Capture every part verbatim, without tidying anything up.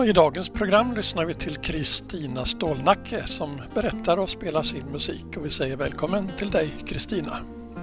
I dagens program lyssnar vi till Kristina Stålnacke som berättar och spelar sin musik, och vi säger välkommen till dig, Kristina.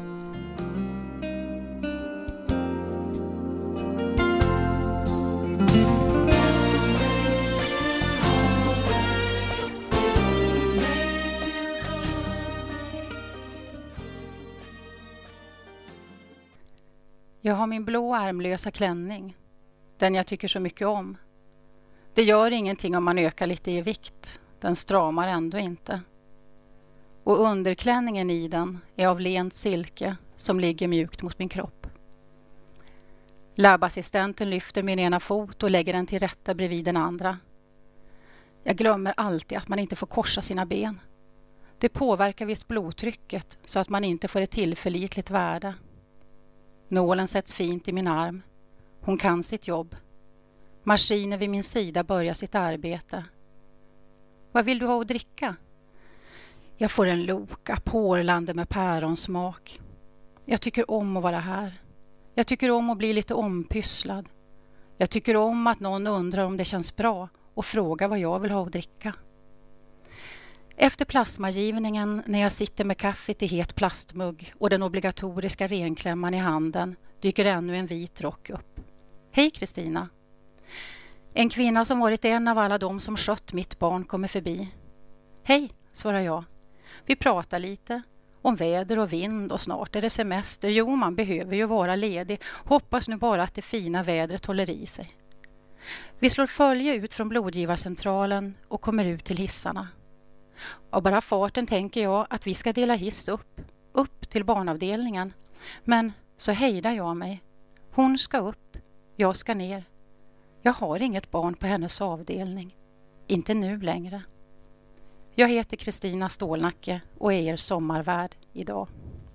Jag har min blå ärmlösa klänning, den jag tycker så mycket om. Det gör ingenting om man ökar lite i vikt, den stramar ändå inte. Och underklänningen i den är av lent silke som ligger mjukt mot min kropp. Labbassistenten lyfter min ena fot och lägger den till rätta bredvid den andra. Jag glömmer alltid att man inte får korsa sina ben. Det påverkar visst blodtrycket så att man inte får ett tillförlitligt värde. Nålen sätts fint i min arm. Hon kan sitt jobb. Maskinen vid min sida börjar sitt arbete. Vad vill du ha att dricka? Jag får en loka porlande med päronsmak. Jag tycker om att vara här. Jag tycker om att bli lite ompysslad. Jag tycker om att någon undrar om det känns bra och frågar vad jag vill ha att dricka. Efter plasmagivningen, när jag sitter med kaffet i het plastmugg och den obligatoriska renklämman i handen, dyker ännu en vit rock upp. Hej Kristina. En kvinna som varit en av alla de som skött mitt barn kommer förbi. Hej, svarar jag. Vi pratar lite om väder och vind och snart är det semester. Jo, man behöver ju vara ledig. Hoppas nu bara att det fina vädret håller i sig. Vi slår följe ut från blodgivarcentralen och kommer ut till hissarna. Av bara farten tänker jag att vi ska dela hiss upp, upp till barnavdelningen. Men så hejdar jag mig. Hon ska upp, jag ska ner. Jag har inget barn på hennes avdelning. Inte nu längre. Jag heter Kristina Stålnacke och är er sommarvärd idag.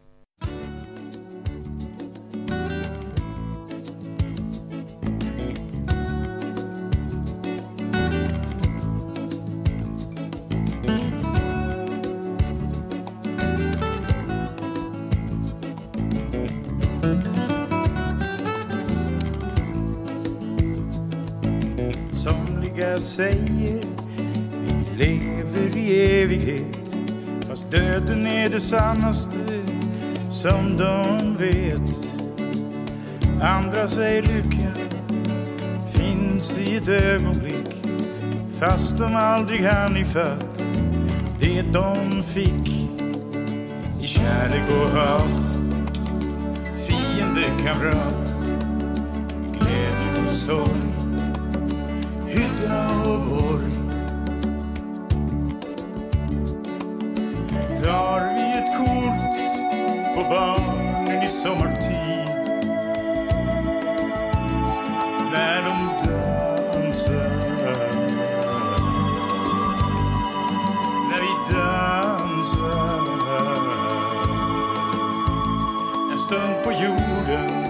Somliga säger vi lever i evighet, fast döden är det sannaste som de vet. Andra säger lyckan finns i ett ögonblick, fast de aldrig hann ifatt det de fick i kärlek och hat, fiende, kamrat, glädje och sorg, hytta och borg. Tar vi ett kort på barnen i sommartid, när de dansar, när vi dansar en stund på jorden.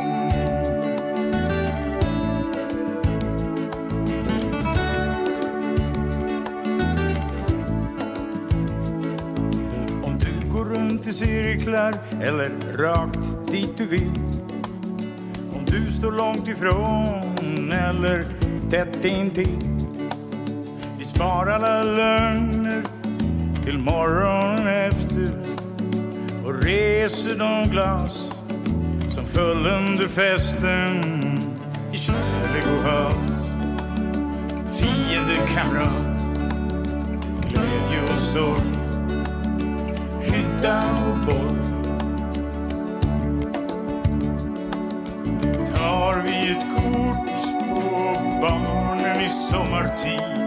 Till cirklar eller rakt dit du vill, om du står långt ifrån eller tätt intill. Vi sparar alla lögner till morgonen efter och reser de glas som föll under festen i kärlek och hat, fiende, kamrat, glädje och sorg, hytta och borg. Tar vi ett kort på barnen i sommartid,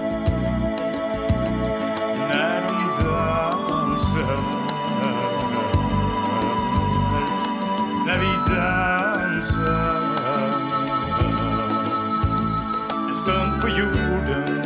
när de dansar, när vi dansar en stund på jorden.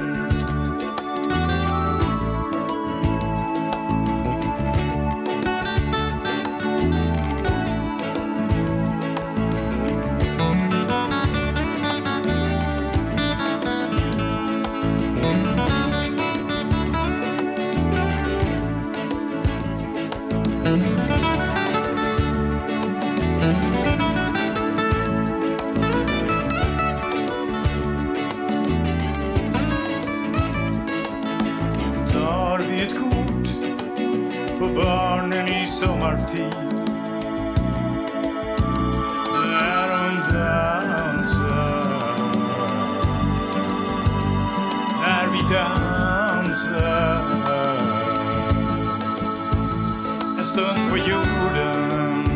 inget kort på barnen i sommartid. När de dansar, när vi dansar en stund på jorden.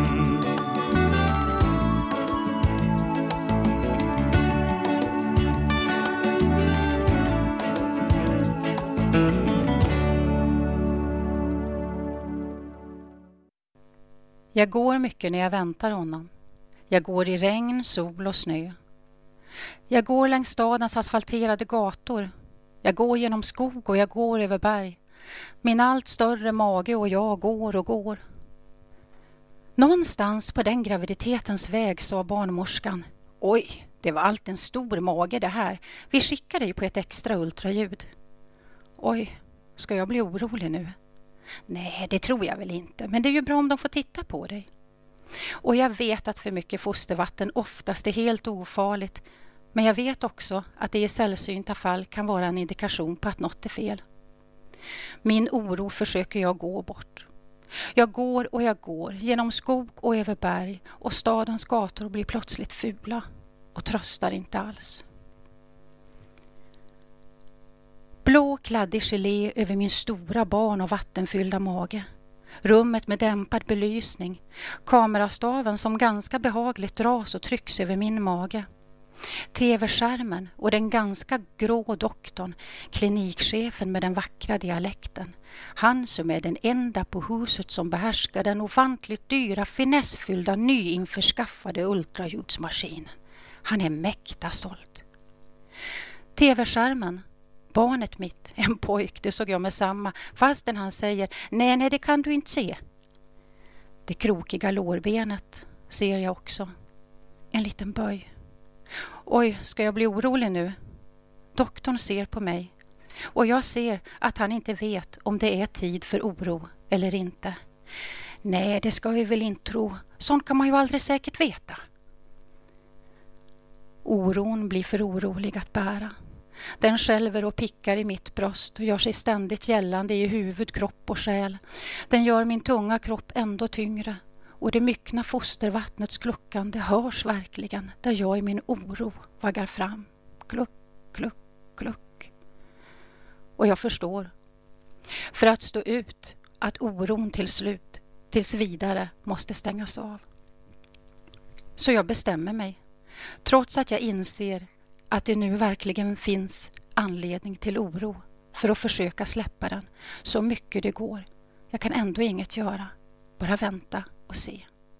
Jag går mycket när jag väntar honom. Jag går i regn, sol och snö. Jag går längs stadens asfalterade gator. Jag går genom skog och jag går över berg. Min allt större mage och jag går och går. Någonstans på den graviditetens väg sa barnmorskan: oj, det var allt en stor mage det här. Vi skickar dig på ett extra ultraljud. Oj, ska jag bli orolig nu? Nej, det tror jag väl inte, men det är ju bra om de får titta på dig. Och jag vet att för mycket fostervatten oftast är helt ofarligt, men jag vet också att det i sällsynta fall kan vara en indikation på att något är fel. Min oro försöker jag gå bort. Jag går och jag går genom skog och över berg, och stadens gator blir plötsligt fula och tröstar inte alls. Blå kladdig gelé över min stora barn och vattenfyllda mage. Rummet med dämpad belysning. Kamerastaven som ganska behagligt dras och trycks över min mage. Tv-skärmen och den ganska grå doktorn, klinikchefen med den vackra dialekten. Han som är den enda på huset som behärskar den ofantligt dyra, finessfyllda, nyinförskaffade ultraljudsmaskinen. Han är mäkta stolt. Tv-skärmen. Barnet mitt, en pojk, det såg jag med samma, fastän han säger, nej, nej, det kan du inte se. Det krokiga lårbenet ser jag också. En liten böj. Oj, ska jag bli orolig nu? Doktorn ser på mig, och jag ser att han inte vet om det är tid för oro eller inte. Nej, det ska vi väl inte tro. Sånt kan man ju aldrig säkert veta. Oron blir för orolig att bära. Den skälver och pickar i mitt bröst och gör sig ständigt gällande i huvud, kropp och själ. Den gör min tunga kropp ändå tyngre, och det myckna fostervattnets kluckande hörs verkligen där jag i min oro vaggar fram. Kluck, kluck, kluck. Och jag förstår. För att stå ut att oron till slut, tills vidare, måste stängas av. Så jag bestämmer mig, trots att jag inser att det nu verkligen finns anledning till oro, för att försöka släppa den så mycket det går. Jag kan ändå inget göra, bara vänta och se.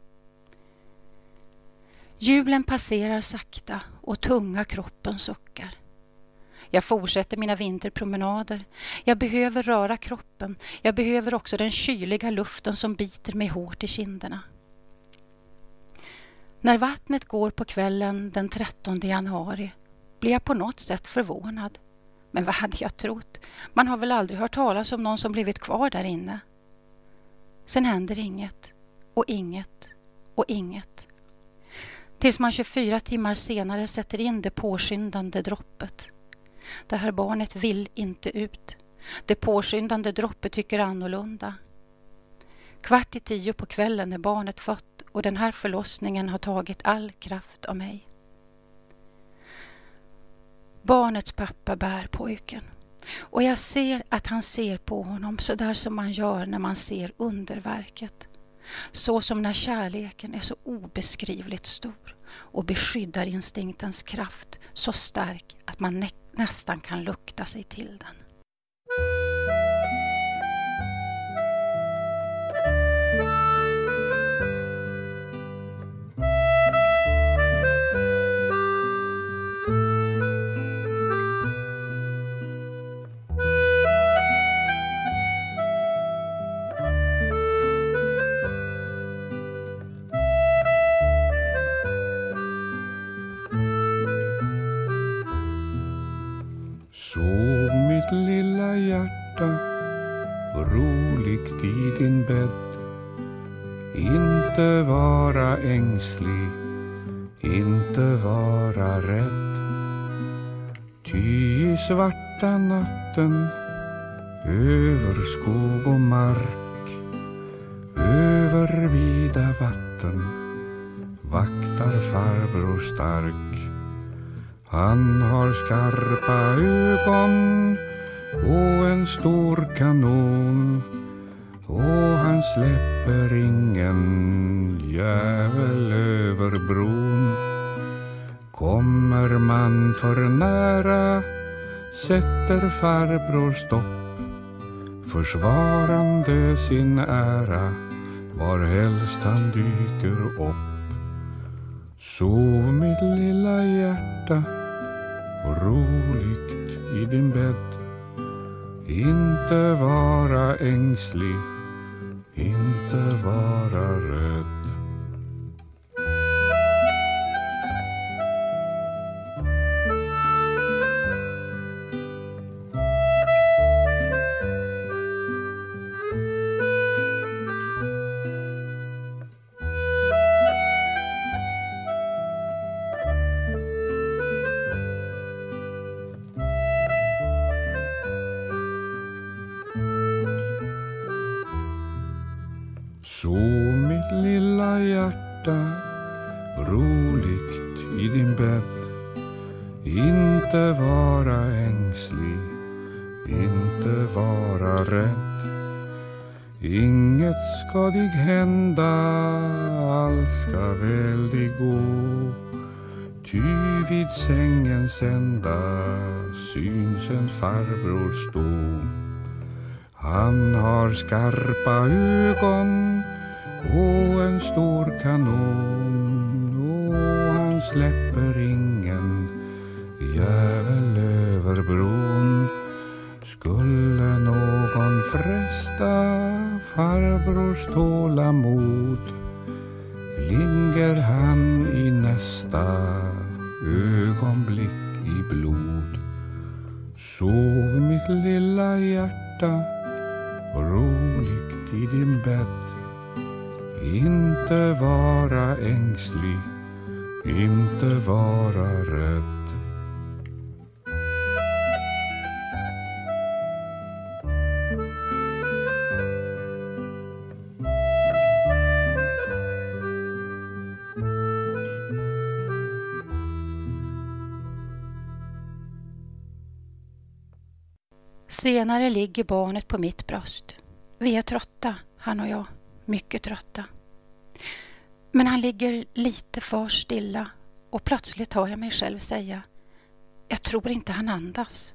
Julen passerar sakta och tunga kroppen suckar. Jag fortsätter mina vinterpromenader. Jag behöver röra kroppen. Jag behöver också den kyliga luften som biter mig hårt i kinderna. När vattnet går på kvällen den trettonde januari blir jag på något sätt förvånad. Men vad hade jag trott? Man har väl aldrig hört talas om någon som blivit kvar där inne. Sen händer inget, och inget, och inget. Tills man tjugofyra timmar senare sätter in det påskyndande droppet. Det här barnet vill inte ut. Det påskyndande droppet tycker annorlunda. Kvart i tio på kvällen är barnet fött, och den här förlossningen har tagit all kraft av mig. Barnets pappa bär pojken, och jag ser att han ser på honom så där som man gör när man ser underverket. Så som när kärleken är så obeskrivligt stor och beskyddar instinktens kraft så stark att man nä- nästan kan lukta sig till den. Sov mitt lilla hjärta roligt i din bädd. Inte vara ängslig, inte vara rädd. Ty i svarta natten över skog och mark, över vida vatten vaktar farbror stark. Han har skarpa ögon och en stor kanon, och han släpper ingen jävel över bron. Kommer man för nära sätter farbror stopp, försvarande sin ära var helst han dyker upp. Sov mitt lilla hjärta roligt i din bädd, inte vara ängslig, inte vara rädd. Sov mitt lilla hjärta roligt i din bädd, inte vara ängslig, inte vara rädd. Inget ska dig hända, allt ska väl dig gå, ty vid sängens ända syns en farbror stå. Han har skarpa ögon och en stor kanon, och han släpper ingen jävel över bron. Skulle någon fresta farbrors tålamod, ligger han i nästa ögonblick i blod. Sov mitt lilla hjärta roligt i din bädd, inte vara ängslig, inte vara rädd. Senare ligger barnet på mitt bröst. Vi är trötta, han och jag. Mycket trötta. Men han ligger lite för stilla och plötsligt hör jag mig själv säga: jag tror inte han andas.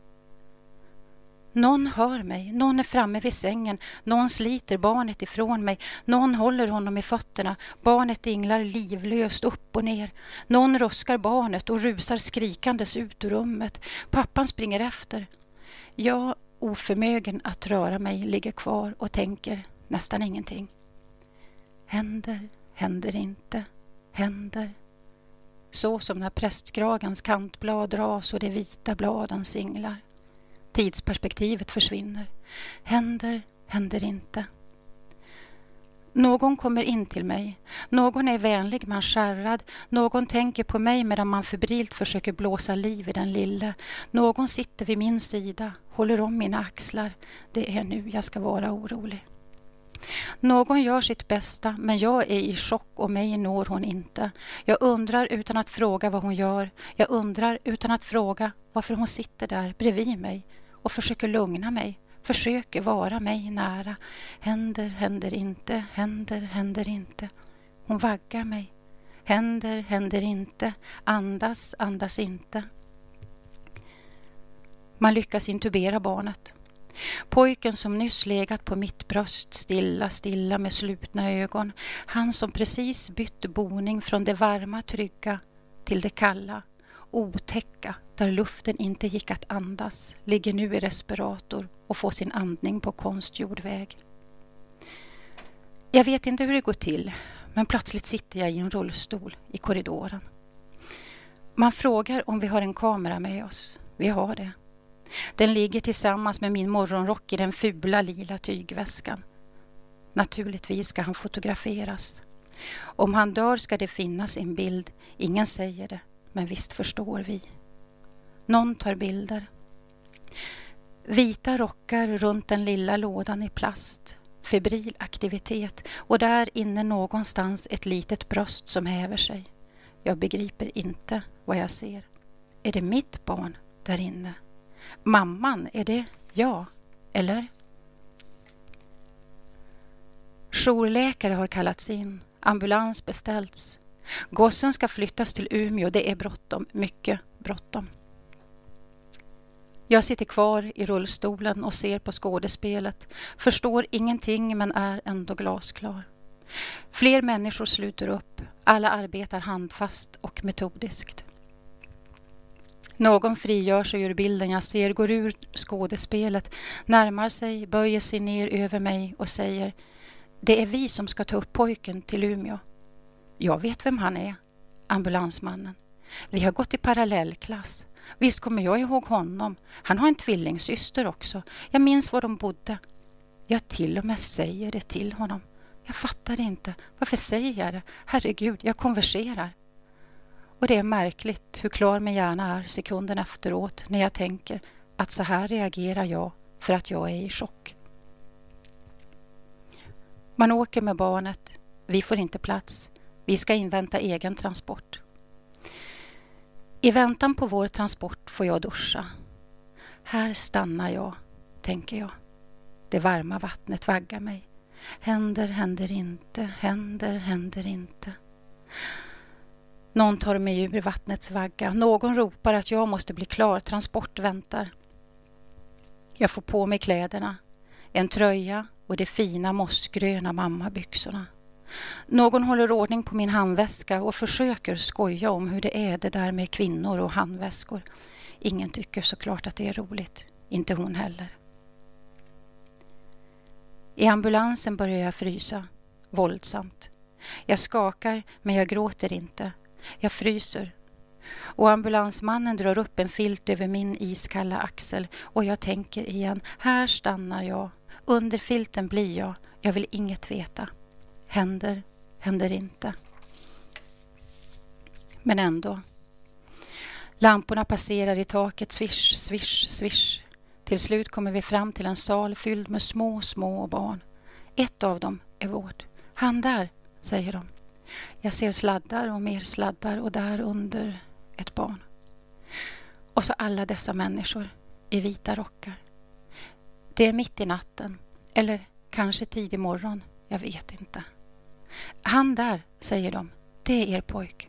Någon hör mig, någon är framme vid sängen, någon sliter barnet ifrån mig, någon håller honom i fötterna, barnet dinglar livlöst upp och ner. Någon ruskar barnet och rusar skrikandes ut ur rummet. Pappan springer efter. Jag, oförmögen att röra mig, ligger kvar och tänker nästan ingenting. Händer, händer inte, händer. Så som när prästkragans kantblad dras och de vita bladen singlar. Tidsperspektivet försvinner. Händer, händer inte. Någon kommer in till mig. Någon är vänlig men skärrad. Någon tänker på mig medan man febrilt försöker blåsa liv i den lille. Någon sitter vid min sida, håller om mina axlar. Det är nu jag ska vara orolig. Någon gör sitt bästa, men jag är i chock och mig når hon inte. Jag undrar utan att fråga vad hon gör. Jag undrar utan att fråga varför hon sitter där bredvid mig och försöker lugna mig. Försöker vara mig nära. Händer, händer inte, händer, händer inte. Hon vaggar mig. Händer, händer inte. Andas, andas inte. Man lyckas intubera barnet. Pojken som nyss legat på mitt bröst, stilla, stilla med slutna ögon. Han som precis bytte boning från det varma, trygga till det kalla, otäcka, där luften inte gick att andas, ligger nu i respirator och får sin andning på konstgjord väg. Jag vet inte hur det går till, men plötsligt sitter jag i en rullstol i korridoren. Man frågar om vi har en kamera med oss. Vi har det. Den ligger tillsammans med min morgonrock i den fula lila tygväskan. Naturligtvis ska han fotograferas. Om han dör ska det finnas en bild. Ingen säger det, men visst förstår vi. Någon tar bilder. Vita rockar runt den lilla lådan i plast. Febril aktivitet och där inne någonstans ett litet bröst som häver sig. Jag begriper inte vad jag ser. Är det mitt barn där inne? Mamman, är det jag? Eller? Jourläkare har kallats in. Ambulans beställts. Gossen ska flyttas till Umeå. Det är bråttom. Mycket bråttom. Jag sitter kvar i rullstolen och ser på skådespelet. Förstår ingenting men är ändå glasklar. Fler människor sluter upp. Alla arbetar handfast och metodiskt. Någon frigör sig ur bilden jag ser, går ur skådespelet, närmar sig, böjer sig ner över mig och säger: det är vi som ska ta upp pojken till Umeå. Jag vet vem han är, ambulansmannen. Vi har gått i parallellklass. Visst kommer jag ihåg honom. Han har en tvillingsyster också. Jag minns var de bodde. Jag till och med säger det till honom. Jag fattar inte. Varför säger jag det? Herregud, jag konverserar. Och det är märkligt hur klar min hjärna är sekunden efteråt när jag tänker att så här reagerar jag för att jag är i chock. Man åker med barnet. Vi får inte plats. Vi ska invänta egen transport. I väntan på vår transport får jag duscha. Här stannar jag, tänker jag. Det varma vattnet vaggar mig. Händer, händer inte. Händer, händer inte. Någon tar mig ur vattnets vagga. Någon ropar att jag måste bli klar. Transport väntar. Jag får på mig kläderna. En tröja och de fina mossgröna mammabyxorna. Någon håller ordning på min handväska och försöker skoja om hur det är det där med kvinnor och handväskor. Ingen tycker såklart att det är roligt. Inte hon heller. I ambulansen börjar jag frysa. Våldsamt. Jag skakar men jag gråter inte. Jag fryser. Och ambulansmannen drar upp en filt över min iskalla axel och jag tänker igen. Här stannar jag. Under filten blir jag. Jag vill inget veta. Händer, händer inte. Men ändå. Lamporna passerar i taket, swish, swish, swish. Till slut kommer vi fram till en sal fylld med små, små barn. Ett av dem är vårt. Han där, säger de. Jag ser sladdar och mer sladdar och där under ett barn. Och så alla dessa människor i vita rockar. Det är mitt i natten, eller kanske tidig morgon, jag vet inte. Han där, säger de, det är er pojk.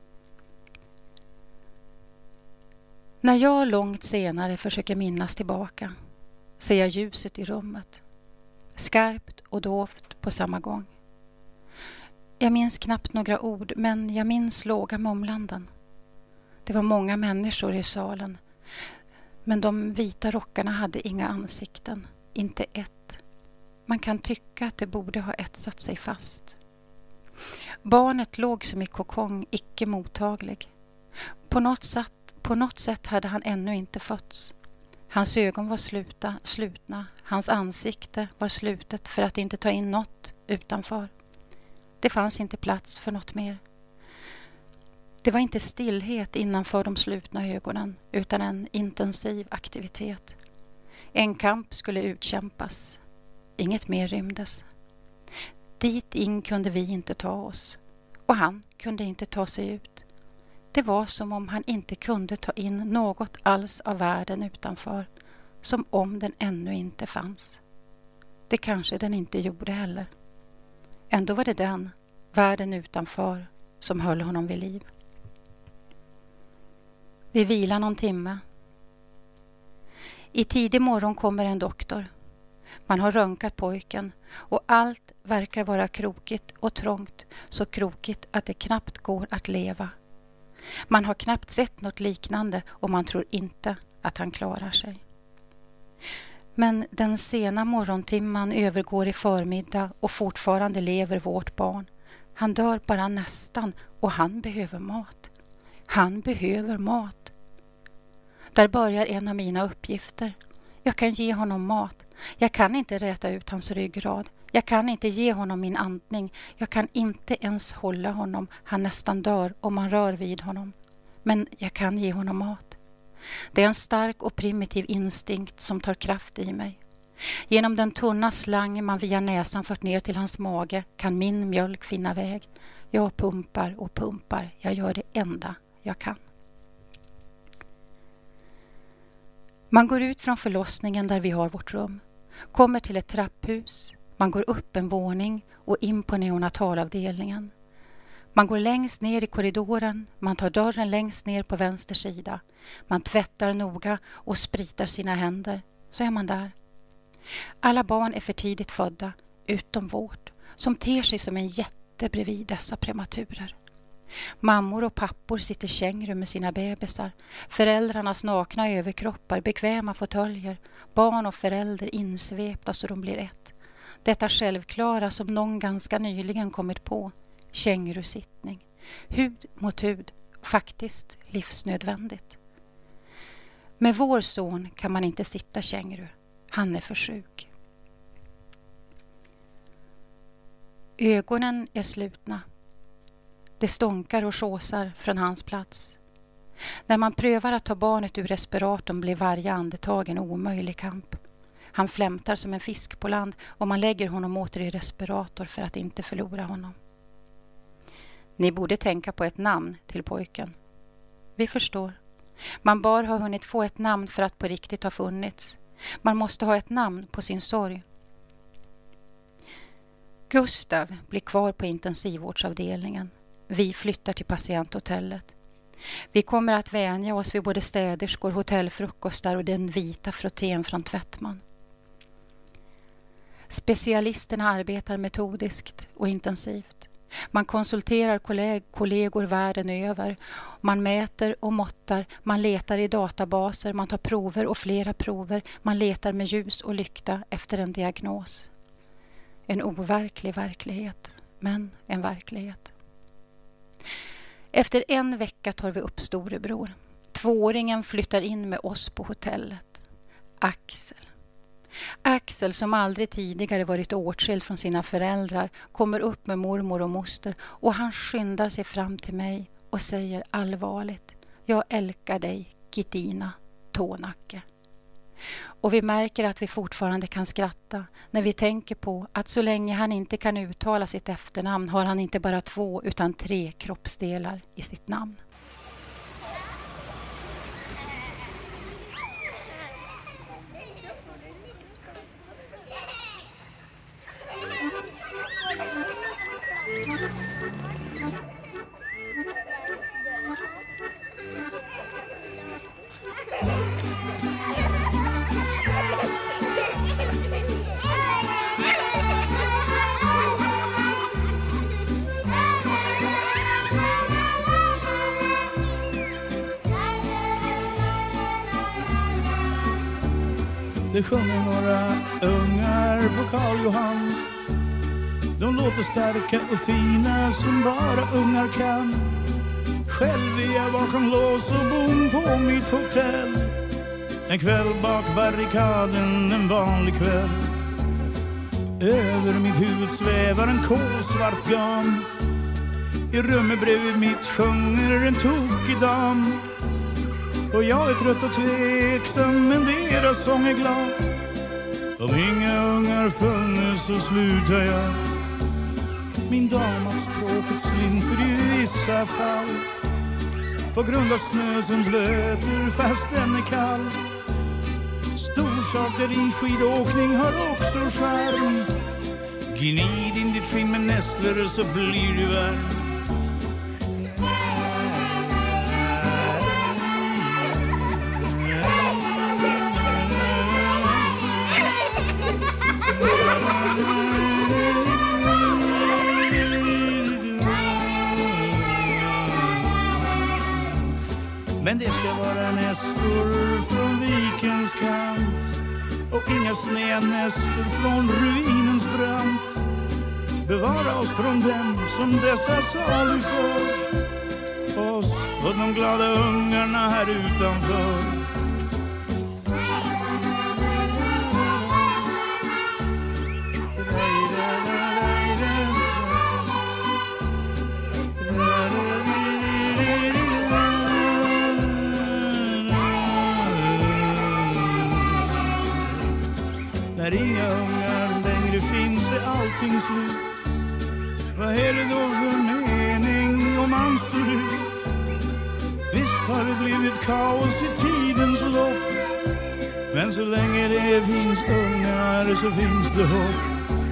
När jag långt senare försöker minnas tillbaka ser jag ljuset i rummet. Skarpt och dovt på samma gång. Jag minns knappt några ord, men jag minns låga mumlanden. Det var många människor i salen, men de vita rockarna hade inga ansikten, inte ett. Man kan tycka att det borde ha etsat sig fast. Barnet låg som i kokong, icke mottaglig. På något sätt, på något sätt hade han ännu inte fötts. Hans ögon var sluta, slutna, hans ansikte var slutet för att inte ta in något utanför. Det fanns inte plats för något mer. Det var inte stillhet innanför de slutna ögonen utan en intensiv aktivitet. En kamp skulle utkämpas. Inget mer rymdes. Dit in kunde vi inte ta oss. Och han kunde inte ta sig ut. Det var som om han inte kunde ta in något alls av världen utanför. Som om den ännu inte fanns. Det kanske den inte gjorde heller. Ändå var det den, världen utanför, som höll honom vid liv. Vi vilar någon timme. I tidig morgon kommer en doktor. Man har röntgat pojken och allt verkar vara krokigt och trångt, så krokigt att det knappt går att leva. Man har knappt sett något liknande och man tror inte att han klarar sig. Men den sena morgontimman övergår i förmiddag och fortfarande lever vårt barn. Han dör bara nästan och han behöver mat. Han behöver mat. Där börjar en av mina uppgifter. Jag kan ge honom mat. Jag kan inte räta ut hans ryggrad. Jag kan inte ge honom min andning. Jag kan inte ens hålla honom. Han nästan dör om man rör vid honom. Men jag kan ge honom mat. Det är en stark och primitiv instinkt som tar kraft i mig. Genom den tunna slang man via näsan fört ner till hans mage kan min mjölk finna väg. Jag pumpar och pumpar. Jag gör det enda jag kan. Man går ut från förlossningen där vi har vårt rum. Kommer till ett trapphus. Man går upp en våning och in på neonatalavdelningen. Man går längst ner i korridoren. Man tar dörren längst ner på vänster sida. Man tvättar noga och spritar sina händer. Så är man där. Alla barn är för tidigt födda, utom vårt, som ter sig som en jätte bredvid dessa prematurer. Mammor och pappor sitter kängru med sina bebisar. Föräldrarnas nakna överkroppar, bekväma fåtöljer. Barn och förälder insvepta så de blir ett. Detta självklara som någon ganska nyligen kommit på. Kängurusittning. Hud mot hud. Faktiskt livsnödvändigt. Med vår son kan man inte sitta känguru. Han är för sjuk. Ögonen är slutna. Det stånkar och såsar från hans plats. När man prövar att ta barnet ur respiratorn blir varje andetag en omöjlig kamp. Han flämtar som en fisk på land och man lägger honom åter i respirator för att inte förlora honom. Ni borde tänka på ett namn till pojken. Vi förstår. Man bara har hunnit få ett namn för att på riktigt ha funnits. Man måste ha ett namn på sin sorg. Gustav blir kvar på intensivvårdsavdelningen. Vi flyttar till patienthotellet. Vi kommer att vänja oss vid både städerskor, hotellfrukostar och den vita frottén från tvättman. Specialisterna arbetar metodiskt och intensivt. Man konsulterar kolleg- kollegor världen över. Man mäter och måttar. Man letar i databaser. Man tar prover och flera prover. Man letar med ljus och lykta efter en diagnos. En overklig verklighet, men en verklighet. Efter en vecka tar vi upp storebror. Tvååringen flyttar in med oss på hotellet. Axel. Axel som aldrig tidigare varit åtskild från sina föräldrar kommer upp med mormor och moster och han skyndar sig fram till mig och säger allvarligt: jag älskar dig, Kittina Tånacke. Och vi märker att vi fortfarande kan skratta när vi tänker på att så länge han inte kan uttala sitt efternamn har han inte bara två utan tre kroppsdelar i sitt namn. Det sjunger några ungar på Karl Johan. De låter starka och fina som bara ungar kan. Själv är jag bakom lås och bom på mitt hotell. En kväll bak barrikaden, en vanlig kväll. Över mitt huvud svävar en kolsvart gam. I rummet bredvid mitt sjunger en tokig dam. Och jag är trött och tveksam, men deras sång är glad. Om inga ungar funnits så slutar jag. Min dam att språket slinter i vissa fall. På grund av snö som blöter fast den är kall. Storsaker i skidåkning har också skärm. Gnid in ditt skinn med nässlor så blir du varm. Men det ska vara nästor från vikens kant och inga snednästor från ruinens brant. Bevara oss från dem som dessa salig får. Oss och de glada ungarna här utanför. När inga ungar längre finns är allting slut. Vad är det då för mening om man står ut? Visst har det blivit kaos i tidens lopp, men så länge det finns ungar så finns det hopp.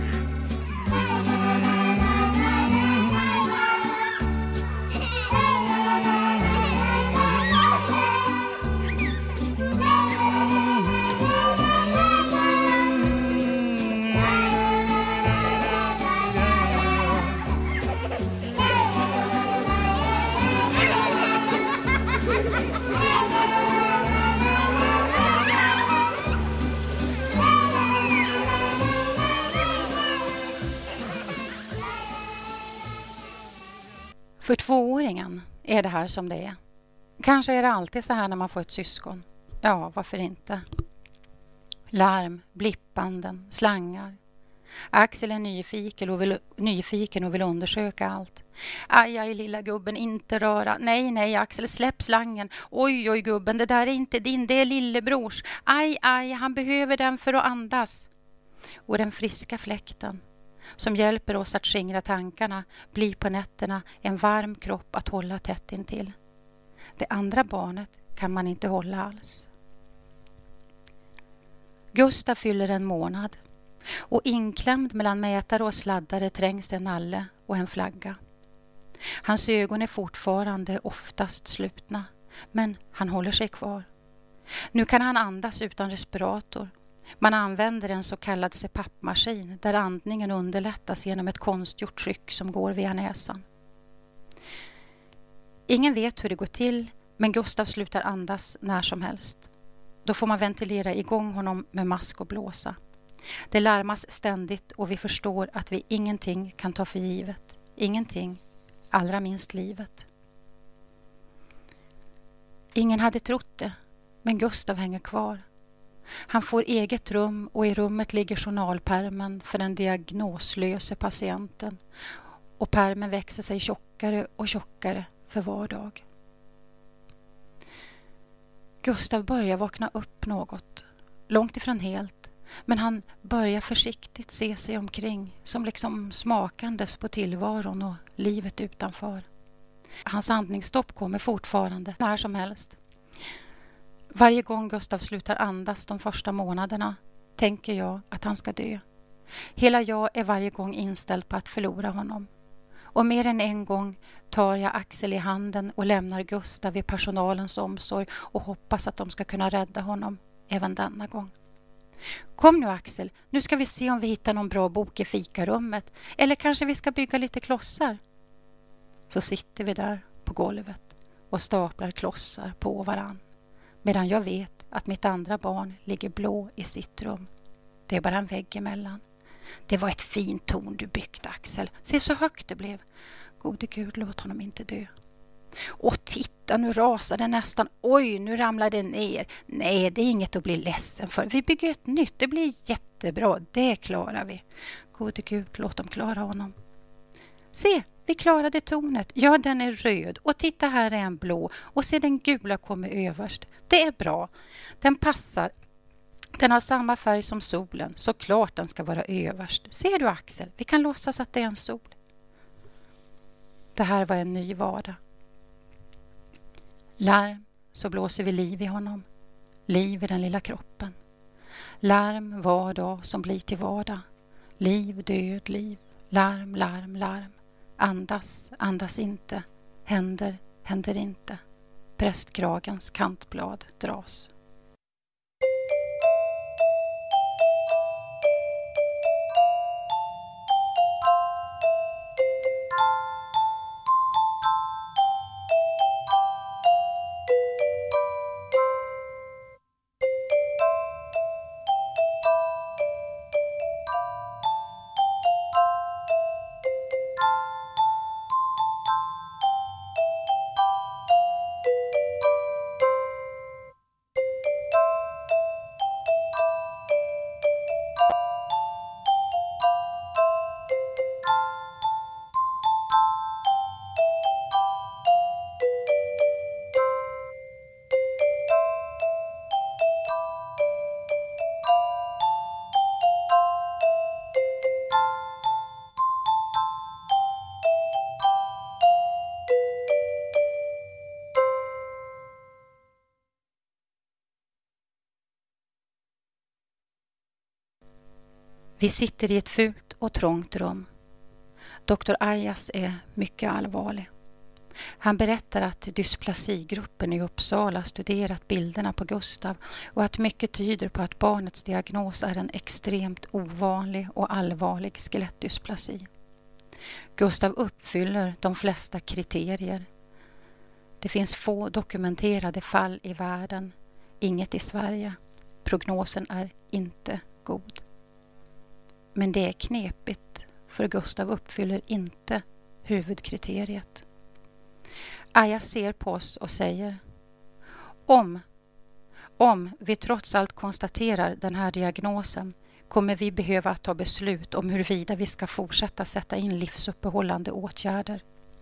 För tvååringen är det här som det är. Kanske är det alltid så här när man får ett syskon. Ja, varför inte? Larm, blippanden, slangar. Axel är nyfiken och vill, nyfiken och vill undersöka allt. Aj, aj, lilla gubben, inte röra. Nej, nej, Axel, släpp slangen. Oj, oj, gubben, det där är inte din, det är lillebrors. Aj, aj, han behöver den för att andas. Och den friska fläkten som hjälper oss att skingra tankarna blir på nätterna en varm kropp att hålla tätt intill. Det andra barnet kan man inte hålla alls. Gustav fyller en månad och inklämd mellan mätare och sladdare trängs en nalle och en flagga. Hans ögon är fortfarande oftast slutna, men han håller sig kvar. Nu kan han andas utan respirator. Man använder en så kallad C PAP-maskin där andningen underlättas genom ett konstgjort tryck som går via näsan. Ingen vet hur det går till, men Gustav slutar andas när som helst. Då får man ventilera igång honom med mask och blåsa. Det larmas ständigt och vi förstår att vi ingenting kan ta för givet. Ingenting, allra minst livet. Ingen hade trott det, men Gustav hänger kvar. Han får eget rum och i rummet ligger journalpärmen för den diagnoslöse patienten. Och pärmen växer sig tjockare och tjockare för var dag. Gustav börjar vakna upp något, långt ifrån helt, men han börjar försiktigt se sig omkring som liksom smakandes på tillvaron och livet utanför. Hans andningsstopp kommer fortfarande när som helst. Varje gång Gustav slutar andas de första månaderna tänker jag att han ska dö. Hela jag är varje gång inställd på att förlora honom. Och mer än en gång tar jag Axel i handen och lämnar Gustav i personalens omsorg och hoppas att de ska kunna rädda honom även denna gång. Kom nu Axel, nu ska vi se om vi hittar någon bra bok i fikarummet. Eller kanske vi ska bygga lite klossar. Så sitter vi där på golvet och staplar klossar på varann. Medan jag vet att mitt andra barn ligger blå i sitt rum. Det är bara en vägg emellan. Det var ett fint torn du byggt, Axel. Se så högt det blev. Gode Gud, låt honom inte dö. Och titta, nu rasade nästan. Oj, nu ramlade det ner. Nej, det är inget att bli ledsen för. Vi bygger ett nytt. Det blir jättebra. Det klarar vi. Gode Gud, låt dem klara honom. Se, vi klarade tornet. Ja, den är röd. Och titta, här är en blå. Och se, den gula kommer överst. Det är bra. Den passar. Den har samma färg som solen. Så klart den ska vara överst. Ser du, Axel? Vi kan låtsas att det är en sol. Det här var en ny vardag. Larm, så blåser vi liv i honom. Liv i den lilla kroppen. Larm var dag som blir till vardag. Liv, död, liv. Larm, larm, larm. Andas, andas inte. Händer, händer inte. Prästkragens kantblad dras. Vi sitter i ett fult och trångt rum. doktor Ayas är mycket allvarlig. Han berättar att dysplasigruppen i Uppsala studerat bilderna på Gustav och att mycket tyder på att barnets diagnos är en extremt ovanlig och allvarlig skelettdysplasi. Gustav uppfyller de flesta kriterier. Det finns få dokumenterade fall i världen, inget i Sverige. Prognosen är inte god. Men det är knepigt, för Gustav uppfyller inte huvudkriteriet. Aja ser på oss och säger: Om, om vi trots allt konstaterar den här diagnosen kommer vi behöva ta beslut om huruvida vi ska fortsätta sätta in livsuppehållande åtgärder.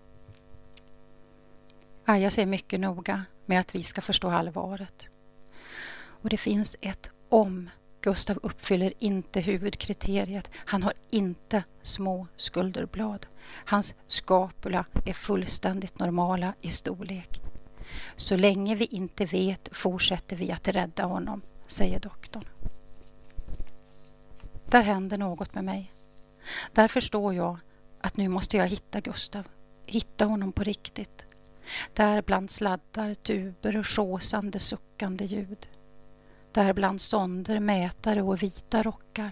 Aja ser mycket noga med att vi ska förstå allvaret. Och det finns ett om. Gustav uppfyller inte huvudkriteriet. Han har inte små skulderblad. Hans skapula är fullständigt normala i storlek. Så länge vi inte vet fortsätter vi att rädda honom, säger doktorn. Där händer något med mig. Där förstår jag att nu måste jag hitta Gustav. Hitta honom på riktigt. Där bland sladdar, tuber och sjåsande suckande ljud. Där bland sonder, mätare och vita rockar.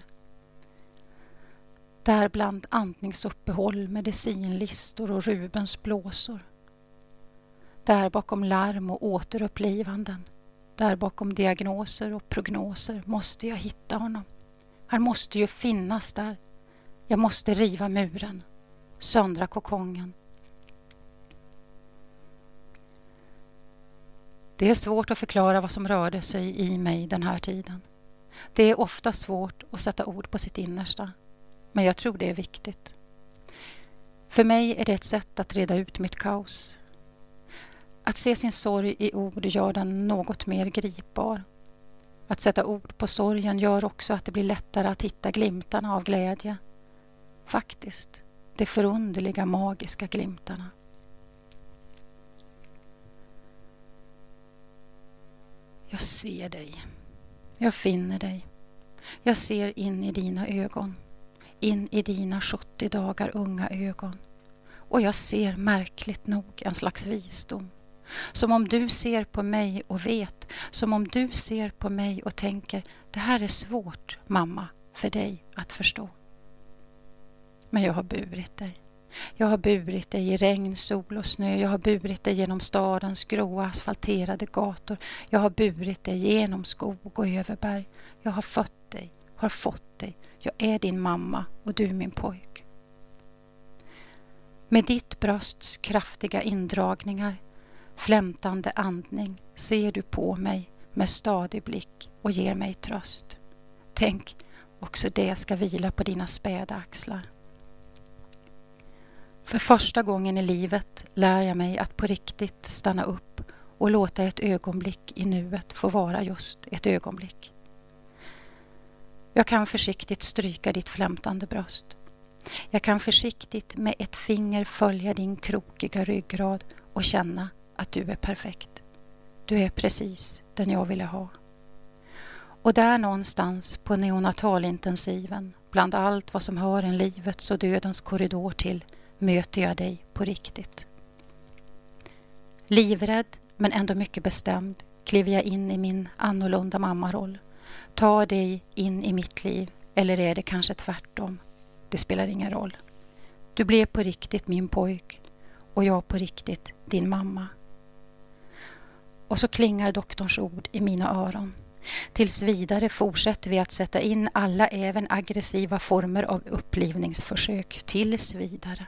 Där bland andningsuppehåll, medicinlistor och Rubens blåsor. Där bakom larm och återupplivanden. Där bakom diagnoser och prognoser måste jag hitta honom. Han måste ju finnas där. Jag måste riva muren. Söndra kokongen. Det är svårt att förklara vad som rörde sig i mig den här tiden. Det är ofta svårt att sätta ord på sitt innersta. Men jag tror det är viktigt. För mig är det ett sätt att reda ut mitt kaos. Att se sin sorg i ord gör den något mer gripbar. Att sätta ord på sorgen gör också att det blir lättare att hitta glimtarna av glädje. Faktiskt, de förunderliga magiska glimtarna. Jag ser dig. Jag finner dig. Jag ser in i dina ögon. In i dina sjuttio dagar unga ögon. Och jag ser märkligt nog en slags visdom. Som om du ser på mig och vet. Som om du ser på mig och tänker: det här är svårt, mamma, för dig att förstå. Men jag har burit dig. Jag har burit dig i regn, sol och snö. Jag har burit dig genom stadens gråa asfalterade gator. Jag har burit dig genom skog och överberg. Jag har fött dig, har fått dig. Jag är din mamma och du min pojk. Med ditt brösts kraftiga indragningar, flämtande andning, ser du på mig med stadig blick och ger mig tröst. Tänk, också det ska vila på dina späda axlar. För första gången i livet lär jag mig att på riktigt stanna upp och låta ett ögonblick i nuet få vara just ett ögonblick. Jag kan försiktigt stryka ditt flämtande bröst. Jag kan försiktigt med ett finger följa din krokiga ryggrad och känna att du är perfekt. Du är precis den jag ville ha. Och där någonstans på neonatalintensiven, bland allt vad som hör en livets och dödens korridor till, möter jag dig på riktigt. Livrädd men ändå mycket bestämd kliver jag in i min annorlunda mammaroll. Ta dig in i mitt liv, eller är det kanske tvärtom? Det spelar ingen roll. Du blev på riktigt min pojk och jag på riktigt din mamma. Och så klingar doktorns ord i mina öron. Tills vidare fortsätter vi att sätta in alla även aggressiva former av upplivningsförsök. Tills vidare.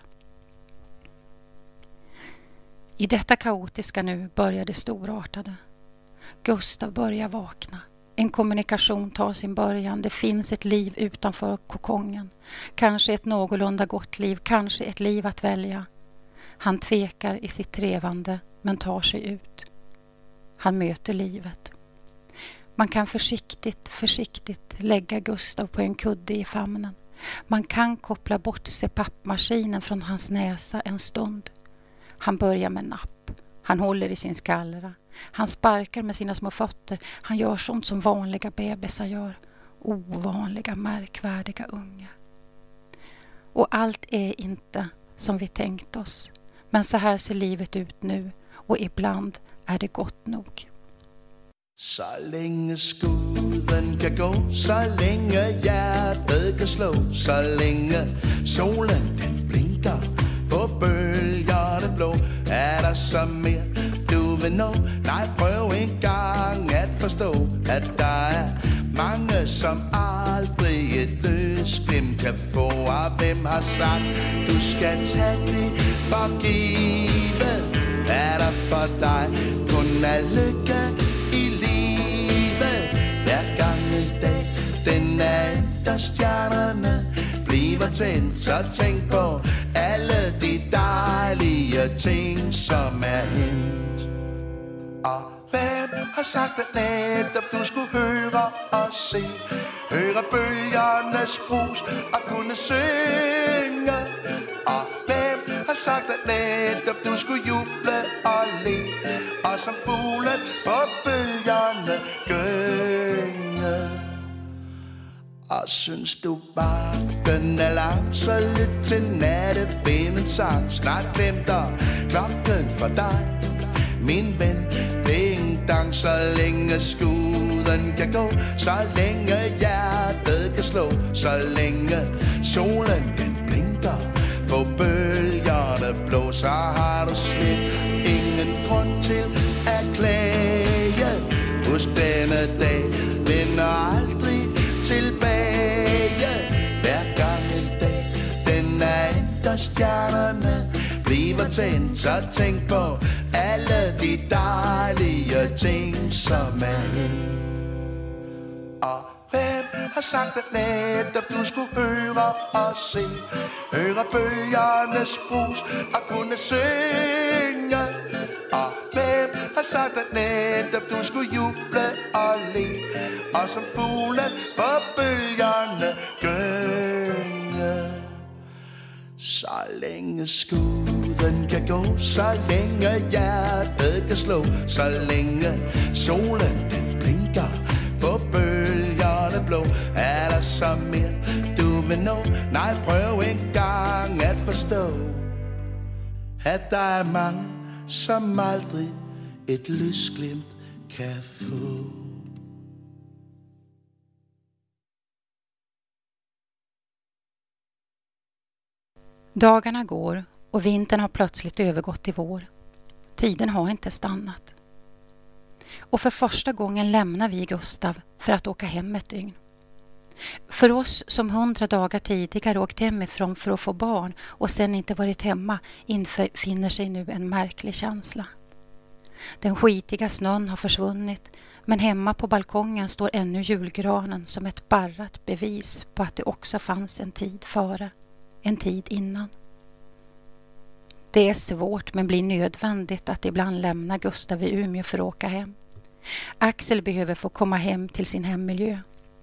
I detta kaotiska nu börjar det storartade. Gustav börjar vakna. En kommunikation tar sin början. Det finns ett liv utanför kokongen. Kanske ett någorlunda gott liv. Kanske ett liv att välja. Han tvekar i sitt trevande men tar sig ut. Han möter livet. Man kan försiktigt, försiktigt lägga Gustav på en kudde i famnen. Man kan koppla bort C PAP-maskinen från hans näsa en stund. Han börjar med napp. Han håller i sin skallra. Han sparkar med sina små fötter. Han gör sånt som vanliga bebisar gör. ovanliga, märkvärdiga unga. Och allt är inte som vi tänkt oss, men så här ser livet ut nu och ibland är det gott nog. Så länge skuden kan gå, så länge hjärtat kan slå, så länge solen den blinkar på bølgerne blå, är det så mer du vill nå? Nej, prøv en gang at forstå, at der er mange som aldrig et løsglimt kan få. Og hvem har sagt, du skal tage det for givet? Er der for dig kun er lykke i livet? Hver gang en dag, den er der stjernerne bliver tændt, så tænk på alle de dejlige ting, som er hent. Og hvem har sagt, at netop du skulle høre og se, høre bølgernes brus og kunne synge? Og hvem har sagt, at netop du skulle juble og le, og som fuglen på bølgerne gynge? Og synes du bare, den er lang, så lyt til nattevindens sang. Snart glemter klokken for dig, min ven. Ding dang, så længe skuden kan gå, så længe hjertet kan slå, så længe solen den blinker på bølgerne blå, så har du slet ingen grund til at klage. Husk denne dag vender aldrig tilbage. Hver gang en dag den er ændret, stjernerne bliver tændt, så tænk på alle de dejlige ting, som er hent. Og hvem har sagt, at netop du skulle høre og se, høre bølgernes brus og kunne synge? Og hvem har sagt, at netop du skulle juble og le, og som fuglen på bølgerne gynge? Så længe skuden kan gå, så længe hjertet kan slå, så længe solen den blinker på bølgerne blå, er der så mere du vil nå? Nej, prøv en gang at forstå, at der er mange, som aldrig et lysglimt kan få. Dagarna går och vintern har plötsligt övergått i vår. Tiden har inte stannat. Och för första gången lämnar vi Gustav för att åka hem ett dygn. För oss som hundra dagar tidigare åkt hemifrån för att få barn och sen inte varit hemma infinner sig nu en märklig känsla. Den skitiga snön har försvunnit, men hemma på balkongen står ännu julgranen som ett barrat bevis på att det också fanns en tid före, en tid innan. Det är svårt men blir nödvändigt att ibland lämna Gustav i Umeå för att åka hem. Axel behöver få komma hem till sin hemmiljö.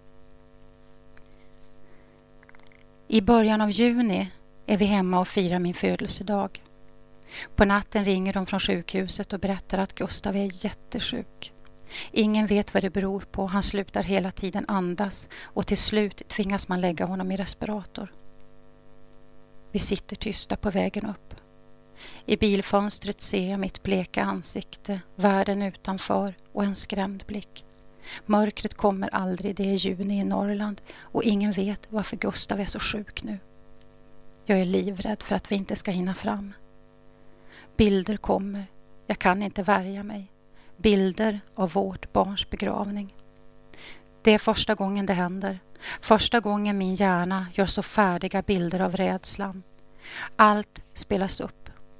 I början av juni är vi hemma och firar min födelsedag. På natten ringer de från sjukhuset och berättar att Gustav är jättesjuk. Ingen vet vad det beror på. Han slutar hela tiden andas och till slut tvingas man lägga honom i respirator. Vi sitter tysta på vägen upp. I bilfönstret ser jag mitt bleka ansikte, världen utanför och en skrämd blick. Mörkret kommer aldrig, det är juni i Norrland och ingen vet varför Gustav är så sjuk nu. Jag är livrädd för att vi inte ska hinna fram. Bilder kommer, jag kan inte värja mig. Bilder av vårt barns begravning. Det är första gången det händer. Första gången min hjärna gör så färdiga bilder av rädslan. Allt spelas upp.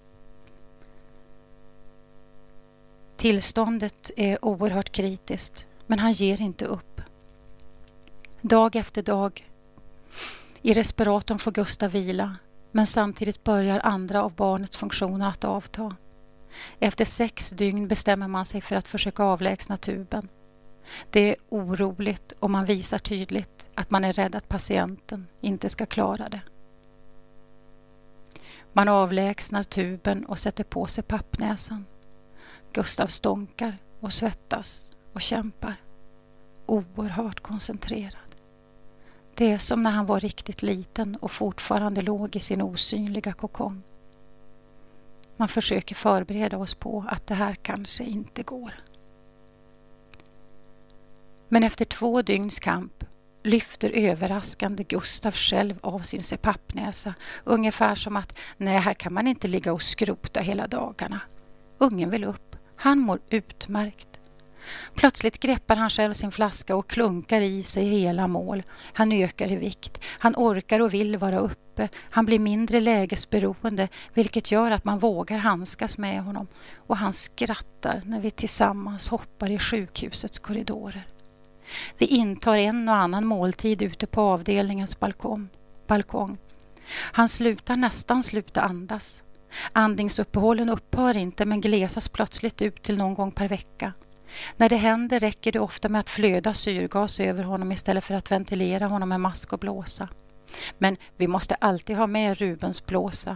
Tillståndet är oerhört kritiskt, men han ger inte upp. Dag efter dag i respiratorn får Gustav vila, men samtidigt börjar andra av barnets funktioner att avta. Efter sex dygn bestämmer man sig för att försöka avlägsna tuben. Det är oroligt och man visar tydligt att man är rädd att patienten inte ska klara det. Man avlägsnar tuben och sätter på sig pappnäsan. Gustav stånkar och svettas och kämpar. Oerhört koncentrerad. Det är som när han var riktigt liten och fortfarande låg i sin osynliga kokong. Man försöker förbereda oss på att det här kanske inte går. Men efter två dygns kamp lyfter överraskande Gustav själv av sin C P A P-näsa. Ungefär som att, nej, här kan man inte ligga och skrota hela dagarna. Ungen vill upp. Han mår utmärkt. Plötsligt greppar han själv sin flaska och klunkar i sig hela mål. Han ökar i vikt. Han orkar och vill vara uppe. Han blir mindre lägesberoende, vilket gör att man vågar handskas med honom. Och han skrattar när vi tillsammans hoppar i sjukhusets korridorer. Vi intar en och annan måltid ute på avdelningens balkong. balkong. Han slutar nästan sluta andas. Andningsuppehållen upphör inte, men glesas plötsligt ut till någon gång per vecka. När det händer räcker det ofta med att flöda syrgas över honom istället för att ventilera honom med mask och blåsa. Men vi måste alltid ha med Rubens blåsa.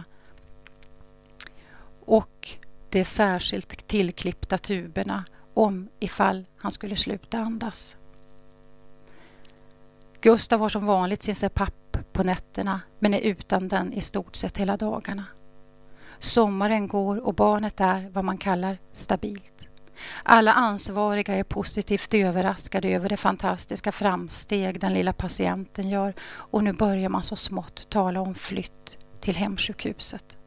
Och de särskilt tillklippta tuberna om ifall han skulle sluta andas. Gustav har som vanligt sin C P A P på nätterna, men är utan den i stort sett hela dagarna. Sommaren går och barnet är vad man kallar stabilt. Alla ansvariga är positivt överraskade över det fantastiska framsteg den lilla patienten gör, och nu börjar man så smått tala om flytt till hemsjukhuset.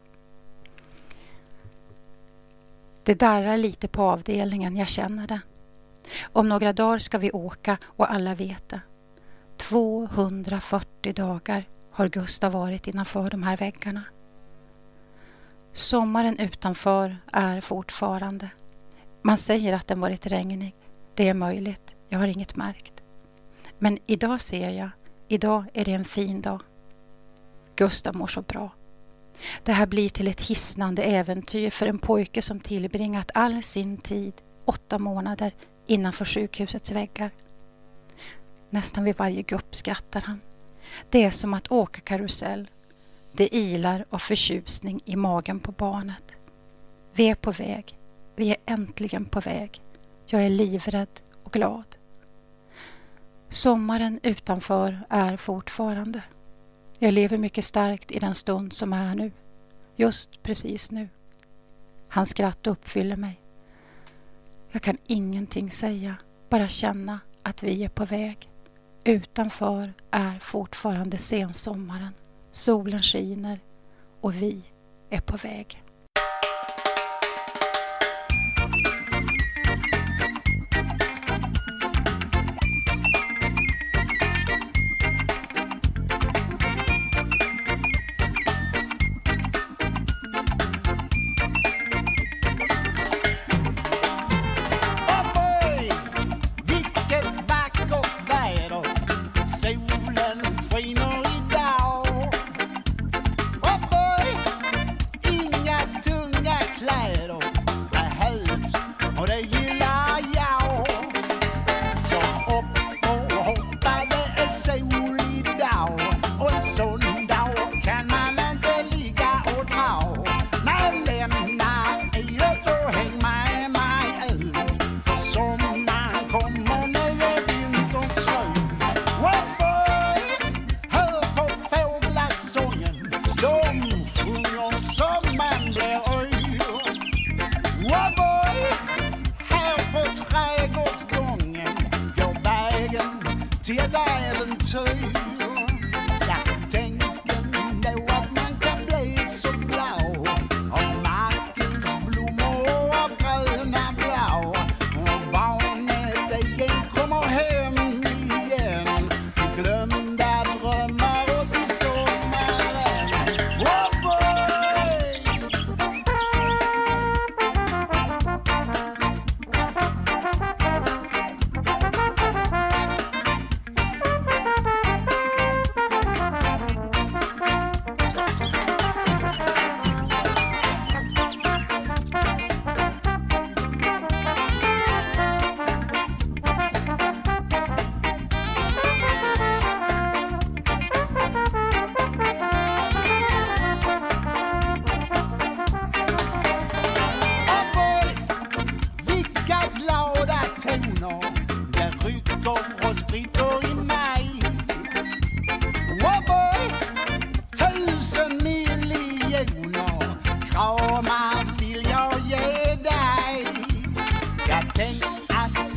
Det darrar lite på avdelningen, jag känner det. Om några dagar ska vi åka och alla vet det. tvåhundrafyrtio dagar har Gustav varit innanför de här väggarna. Sommaren utanför är fortfarande. Man säger att den varit regnig. Det är möjligt, jag har inget märkt. Men idag ser jag, idag är det en fin dag. Gustav mår så bra. Det här blir till ett hisnande äventyr för en pojke som tillbringat all sin tid, åtta månader, innanför sjukhusets väggar. Nästan vid varje gupp skrattar han. Det är som att åka karusell. Det ilar av förtjusning i magen på barnet. Vi är på väg. Vi är äntligen på väg. Jag är livrädd och glad. Sommaren utanför är fortfarande. Jag lever mycket starkt i den stund som är nu. Just precis nu. Hans skratt uppfyller mig. Jag kan ingenting säga. Bara känna att vi är på väg. Utanför är fortfarande sensommaren. Solen skiner och vi är på väg.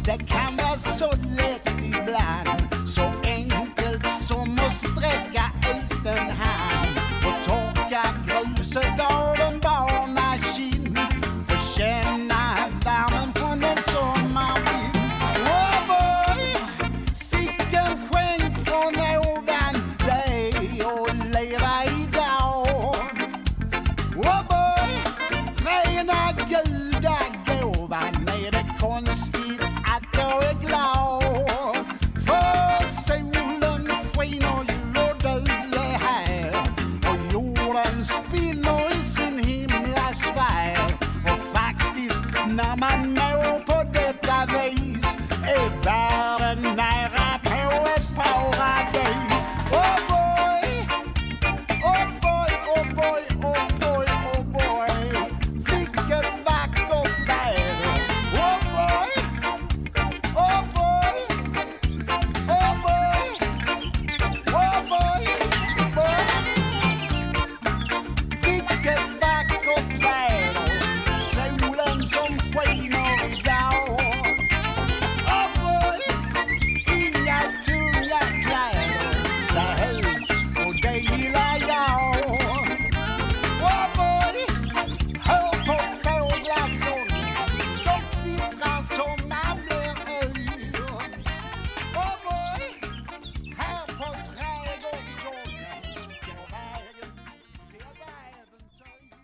Det kan vara så lätt ibland, så enkelt som att sträcka ut en hand och torka gruset av en barnakind och känna värmen från en sommarvind. Oh boy, sicken skänk från ovan dig och leva idag. Oh boy, rena gudagåvan, är det konstigt att jag är glad? För solen skiner ju och du är här och jorden spinner i sin himla sfär. Och faktiskt när man når på detta vis är världen nära på ett paradis. Oh boy, oh boy, oh boy, oh boy, oh boy, vilket vackert väder. Oh boy, oh boy, oh boy, oh boy, boy, vilket vackert väder. Solen som skiner idag. Oh boy, inga tunga kläder behövs och det gillar jag. Oh boy, hör på fåglasången, de kvittrar som man blir yr. Oh boy, här på trädgårdsgården går vägen till ett äventyr.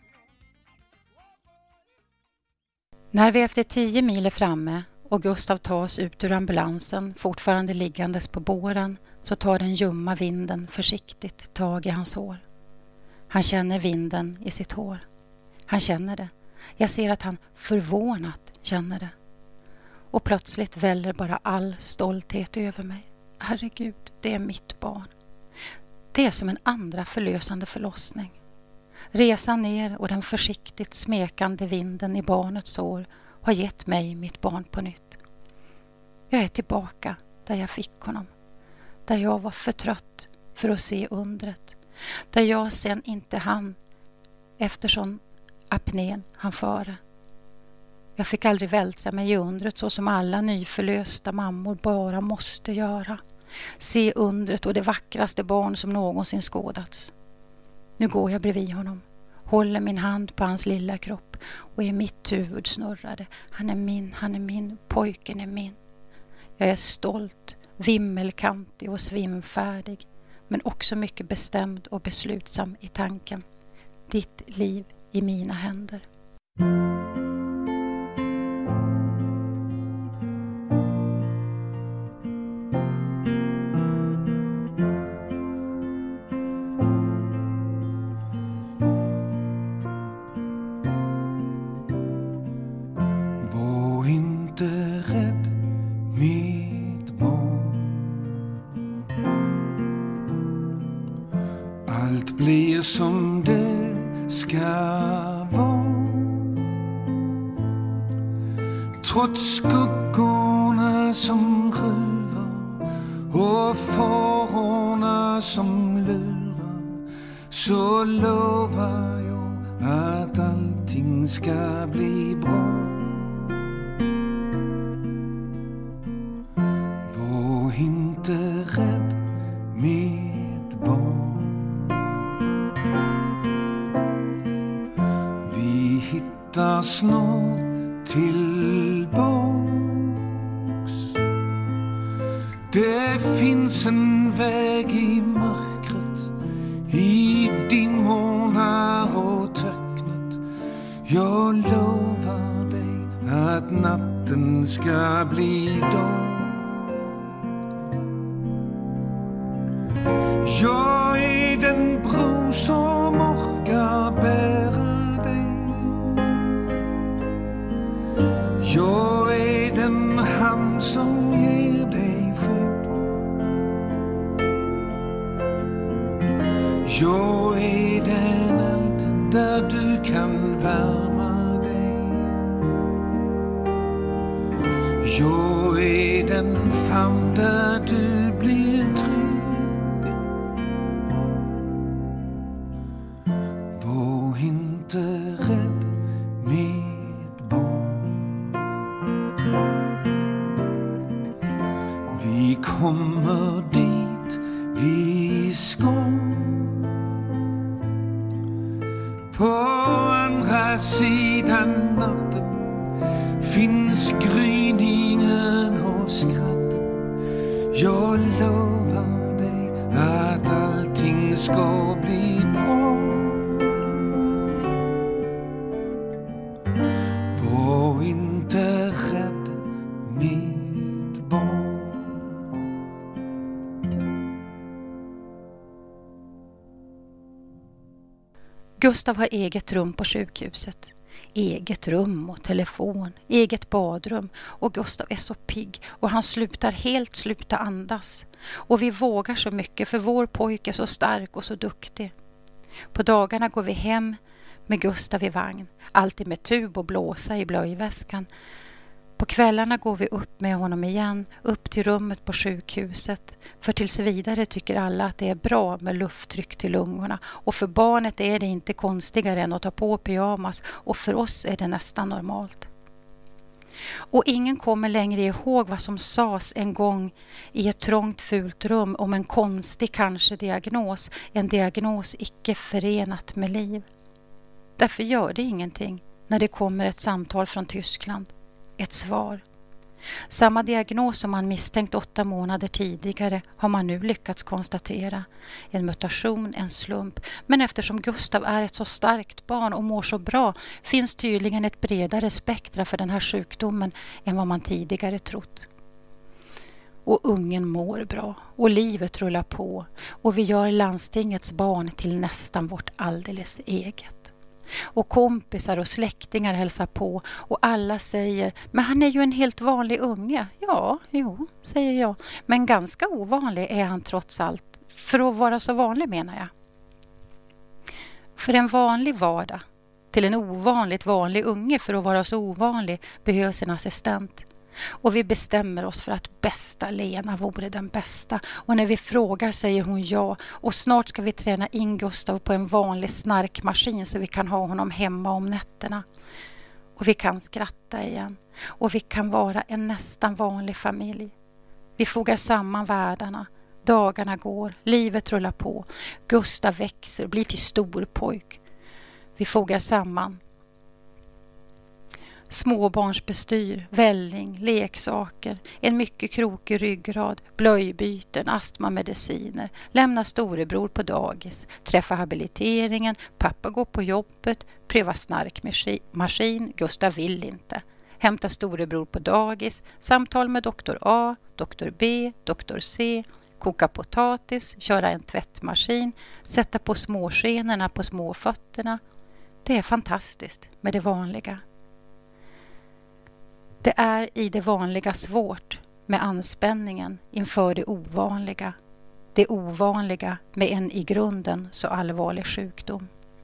När vi efter tio mil är framme och Gustav tas ut ur ambulansen, fortfarande liggandes på båren, så tar den ljumma vinden försiktigt tag i hans hår. Han känner vinden i sitt hår. Han känner det. Jag ser att han förvånat känner det. Och plötsligt väller bara all stolthet över mig. Herregud, det är mitt barn. Det är som en andra förlösande förlossning. Resan ner och den försiktigt smekande vinden i barnets hår har gett mig mitt barn på nytt. Jag är tillbaka där jag fick honom. Där jag var för trött för att se undret. Där jag sen inte hann eftersom apnén han före. Jag fick aldrig vältra mig i undret så som alla nyförlösta mammor bara måste göra. Se undret och det vackraste barn som någonsin skådats. Nu går jag bredvid honom, håller min hand på hans lilla kropp och i mitt huvud snurrade. Han är min, han är min, pojken är min. Jag är stolt, vimmelkantig och svimfärdig, men också mycket bestämd och beslutsam i tanken. Ditt liv i mina händer. Var inte rädd, mitt barn. Allt blir som det ska vara. Trots skuggorna som ruvar och farorna som lurar, så lovar jag att allting ska bli bra. Var inte rädd, mitt barn. Vi hittar snart tillbaks. Det finns en väg i mörkret, i dimmorna och töcknet. Jag lovar dig att natten ska bli dag. Jag är den bro som orkar bära dig. Jag är den hand som ger dig skydd. Jag är den eld där du kan värma dig. Jag är den famn där du blir trygg. Var inte rädd, mitt barn. natten finns gryningen och skratten. Jag lovar dig att allting ska bli bra. Var inte rädd, mitt barn. Gustav har eget rum på sjukhuset. Eget rum och telefon, eget badrum, och Gustav är så pigg och han slutar helt sluta andas. Och vi vågar så mycket för vår pojke är så stark och så duktig. På dagarna går vi hem med Gustav i vagn, alltid med tub och blåsa i blöjväskan. På kvällarna går vi upp med honom igen, upp till rummet på sjukhuset. För tills vidare tycker alla att det är bra med lufttryck till lungorna. Och för barnet är det inte konstigare än att ta på pyjamas. Och för oss är det nästan normalt. Och ingen kommer längre ihåg vad som sades en gång i ett trångt fult rum om en konstig kanske diagnos. En diagnos icke förenat med liv. Därför gör det ingenting när det kommer ett samtal från Tyskland. Ett svar. Samma diagnos som man misstänkt åtta månader tidigare har man nu lyckats konstatera. En mutation, en slump. Men eftersom Gustav är ett så starkt barn och mår så bra finns tydligen ett bredare spektra för den här sjukdomen än vad man tidigare trott. Och ungen mår bra och livet rullar på och vi gör landstingets barn till nästan vårt alldeles eget. Och kompisar och släktingar hälsar på och alla säger, men han är ju en helt vanlig unge. Ja, jo, säger jag. Men ganska ovanlig är han trots allt, för att vara så vanlig menar jag. För en vanlig vardag, till en ovanligt vanlig unge för att vara så ovanlig, behövs en assistent. Och vi bestämmer oss för att bästa Lena vore den bästa. Och när vi frågar säger hon ja. Och snart ska vi träna in Gustav på en vanlig snarkmaskin så vi kan ha honom hemma om nätterna. Och vi kan skratta igen. Och vi kan vara en nästan vanlig familj. Vi fogar samman världarna. Dagarna går, livet rullar på. Gustav växer, blir till stor pojk. Vi fogar samman. Småbarnsbestyr, välling, leksaker, en mycket krokig ryggrad, blöjbyten, astmamediciner, lämna storebror på dagis, träffa habiliteringen, pappa går på jobbet, pröva snarkmaskin, Gustav vill inte. Hämta storebror på dagis, samtal med doktor A, doktor B, doktor C, koka potatis, köra en tvättmaskin, sätta på småskenorna på småfötterna. Det är fantastiskt med det vanliga. Det är i det vanliga svårt med anspänningen inför det ovanliga. Det ovanliga med en i grunden så allvarlig sjukdom.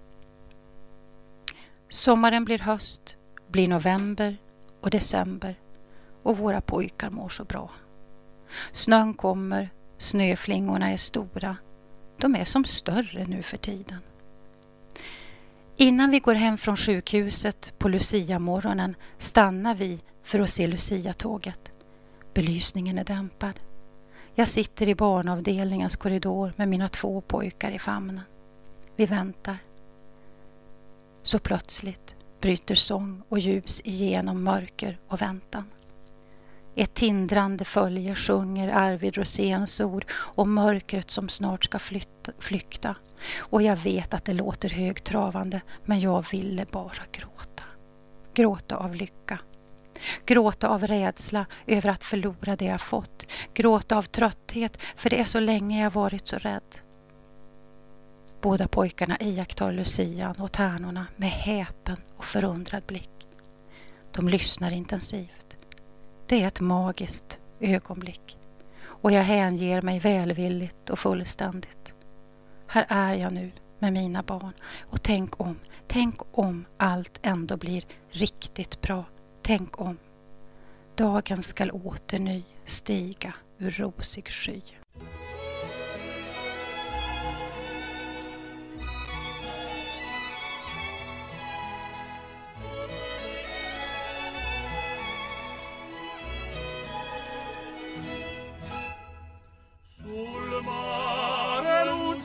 Sommaren blir höst, blir november och december och våra pojkar mår så bra. Snön kommer, snöflingorna är stora. De är som större nu för tiden. Innan vi går hem från sjukhuset på Lucia-morgonen stannar vi för att se Lucia-tåget. Belysningen är dämpad. Jag sitter i barnavdelningens korridor med mina två pojkar i famnen. Vi väntar. Så plötsligt bryter sång och ljus igenom mörker och väntan. Ett tindrande följe sjunger Arvid Roséns ord om mörkret som snart ska flytta, flykta. Och jag vet att det låter högtravande, men jag ville bara gråta. Gråta av lycka. Gråta av rädsla över att förlora det jag fått. Gråta av trötthet, för det är så länge jag varit så rädd. Båda pojkarna iakttar Lucian och tärnorna med häpen och förundrad blick. De lyssnar intensivt. Det är ett magiskt ögonblick. Och jag hänger mig välvilligt och fullständigt. Här är jag nu med mina barn. Och tänk om, tänk om allt ändå blir riktigt bra. Tänk om. Dagen skall åter ny stiga ur rosig sky.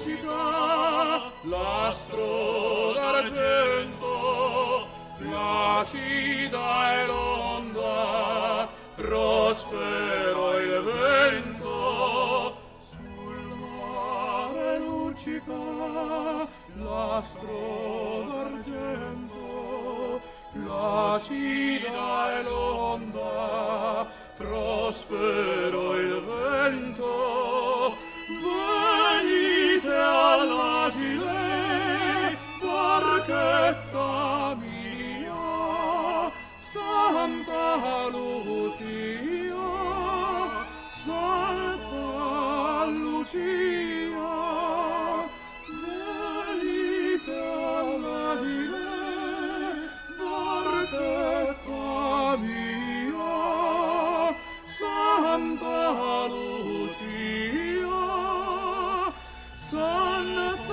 L'astro d'argento, la Placida e l'onda, prospero il vento, sul mare luccica l'astro d'argento. Placida e l'onda, prospero il vento, venite all'agile, barchetta mia, Santa Lucia, Santa Lucia, venite all'agile, barchetta mia, Santa Lucia, Santa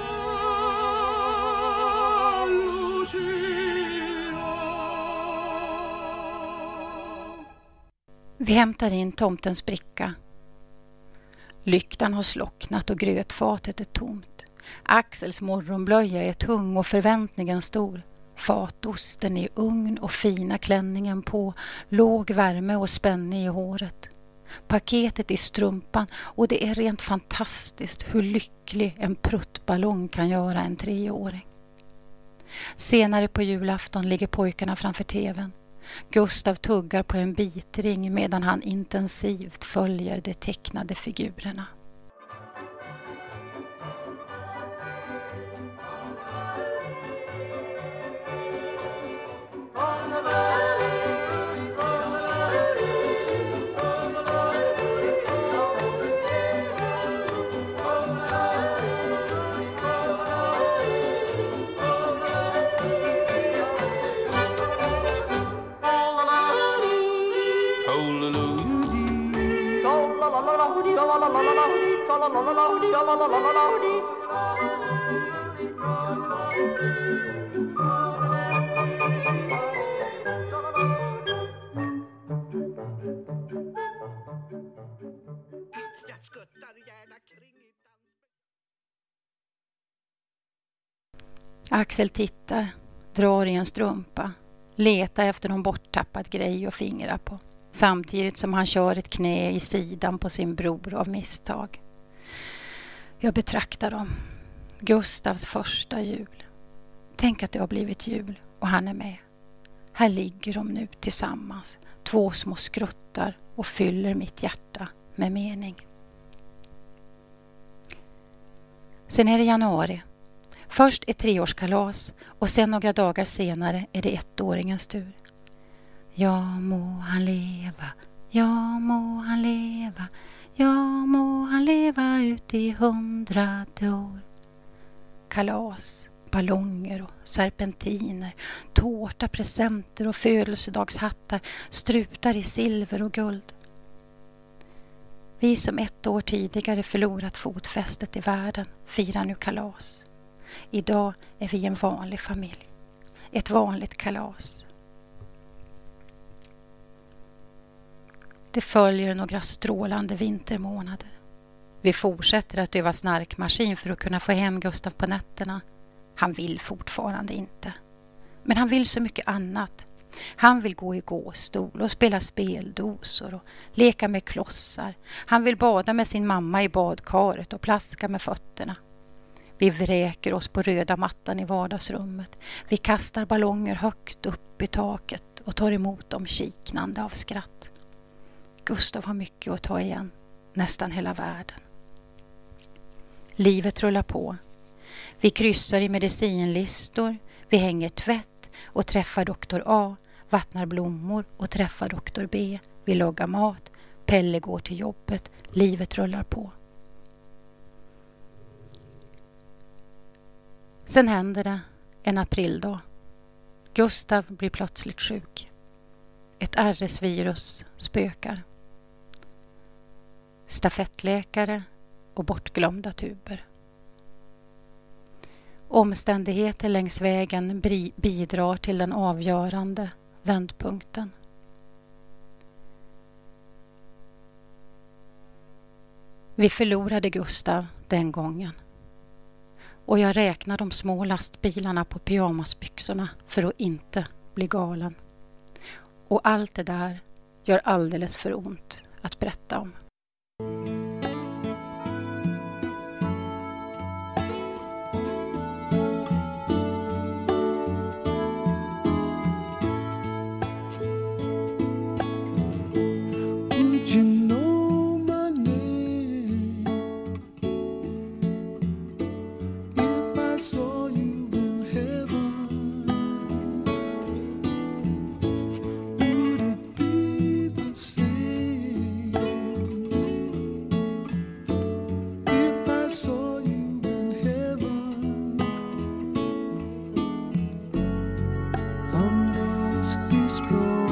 Vi hämtar in tomtens bricka. Lyktan har slocknat och grötfatet är tomt. Axels morgonblöja är tung och förväntningen stor. Fatosten i ugn och fina klänningen på, låg värme och spänning i håret. Paketet i strumpan, och det är rent fantastiskt hur lycklig en pruttballong kan göra en treåring. Senare på julafton ligger pojkarna framför tvn. Gustav tuggar på en bitring medan han intensivt följer de tecknade figurerna. Axel tittar, drar i en strumpa, letar efter någon borttappad grej och fingrar på, samtidigt som han kör ett knä i sidan på sin bror av misstag. Jag betraktar dem. Gustavs första jul. Tänk att det har blivit jul och han är med. Här ligger de nu tillsammans, två små skruttar, och fyller mitt hjärta med mening. Sen är det januari. Först är treårskalas och sen några dagar senare är det ettåringens tur. Ja må han leva, ja må han leva, ja må han leva ut i hundrade år. Kalas, ballonger och serpentiner, tårta, presenter och födelsedagshattar, strutar i silver och guld. Vi som ett år tidigare förlorat fotfästet i världen firar nu kalas. Idag är vi en vanlig familj. Ett vanligt kalas. Det följer några strålande vintermånader. Vi fortsätter att öva snarkmaskin för att kunna få hem Gustav på nätterna. Han vill fortfarande inte. Men han vill så mycket annat. Han vill gå i gåstol och spela speldosor och leka med klossar. Han vill bada med sin mamma i badkaret och plaska med fötterna. Vi vräker oss på röda mattan i vardagsrummet. Vi kastar ballonger högt upp i taket och tar emot dem kiknande av skratt. Gustav har mycket att ta igen, nästan hela världen. Livet rullar på. Vi kryssar i medicinlistor, vi hänger tvätt och träffar doktor A, vattnar blommor och träffar doktor B. Vi lagar mat, Pelle går till jobbet, livet rullar på. Sen händer det en aprildag. Gustav blir plötsligt sjuk. Ett R S-virus spökar. Stafettläkare och bortglömda tuber. Omständigheter längs vägen bidrar till den avgörande vändpunkten. Vi förlorade Gustav den gången. Och jag räknar de små lastbilarna på pyjamasbyxorna för att inte blir galen. Och allt det där gör alldeles för ont att berätta om. You know my name. If I saw you in heaven, would it be the same? If I saw you in heaven, I must be strong.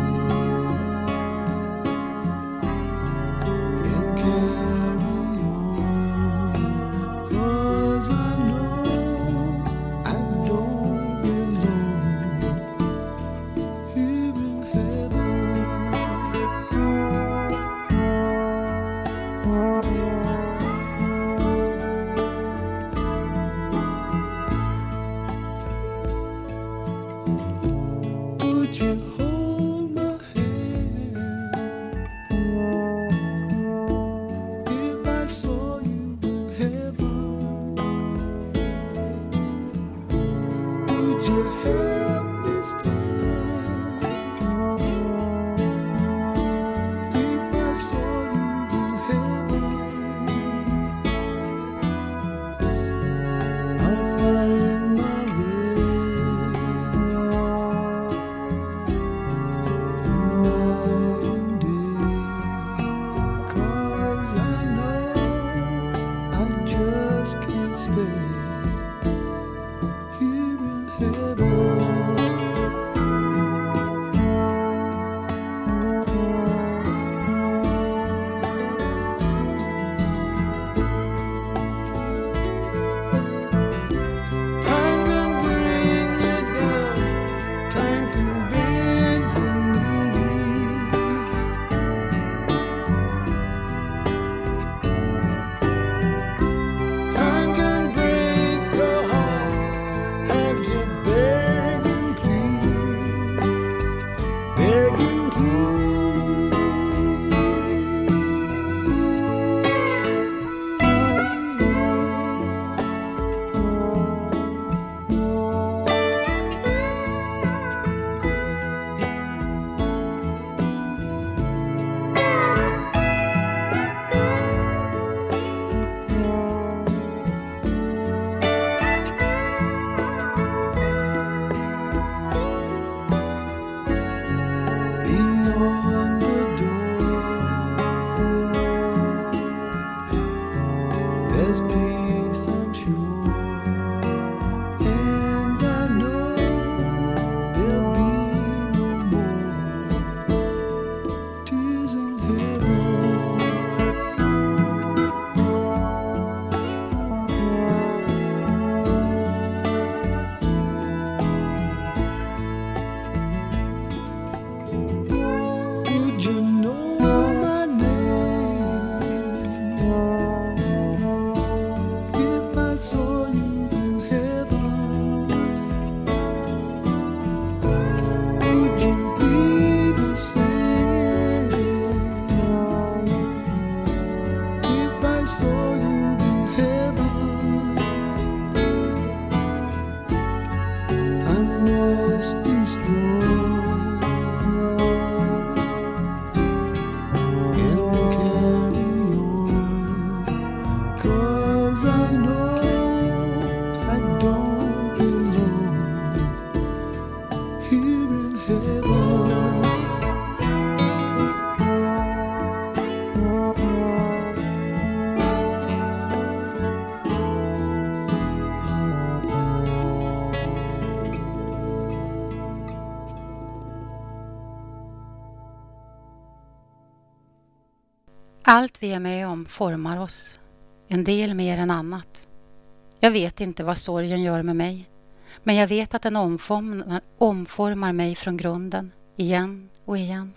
Allt vi är med om formar oss, en del mer än annat. Jag vet inte vad sorgen gör med mig, men jag vet att den omformar, omformar mig från grunden, igen och igen.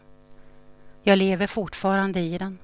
Jag lever fortfarande i den.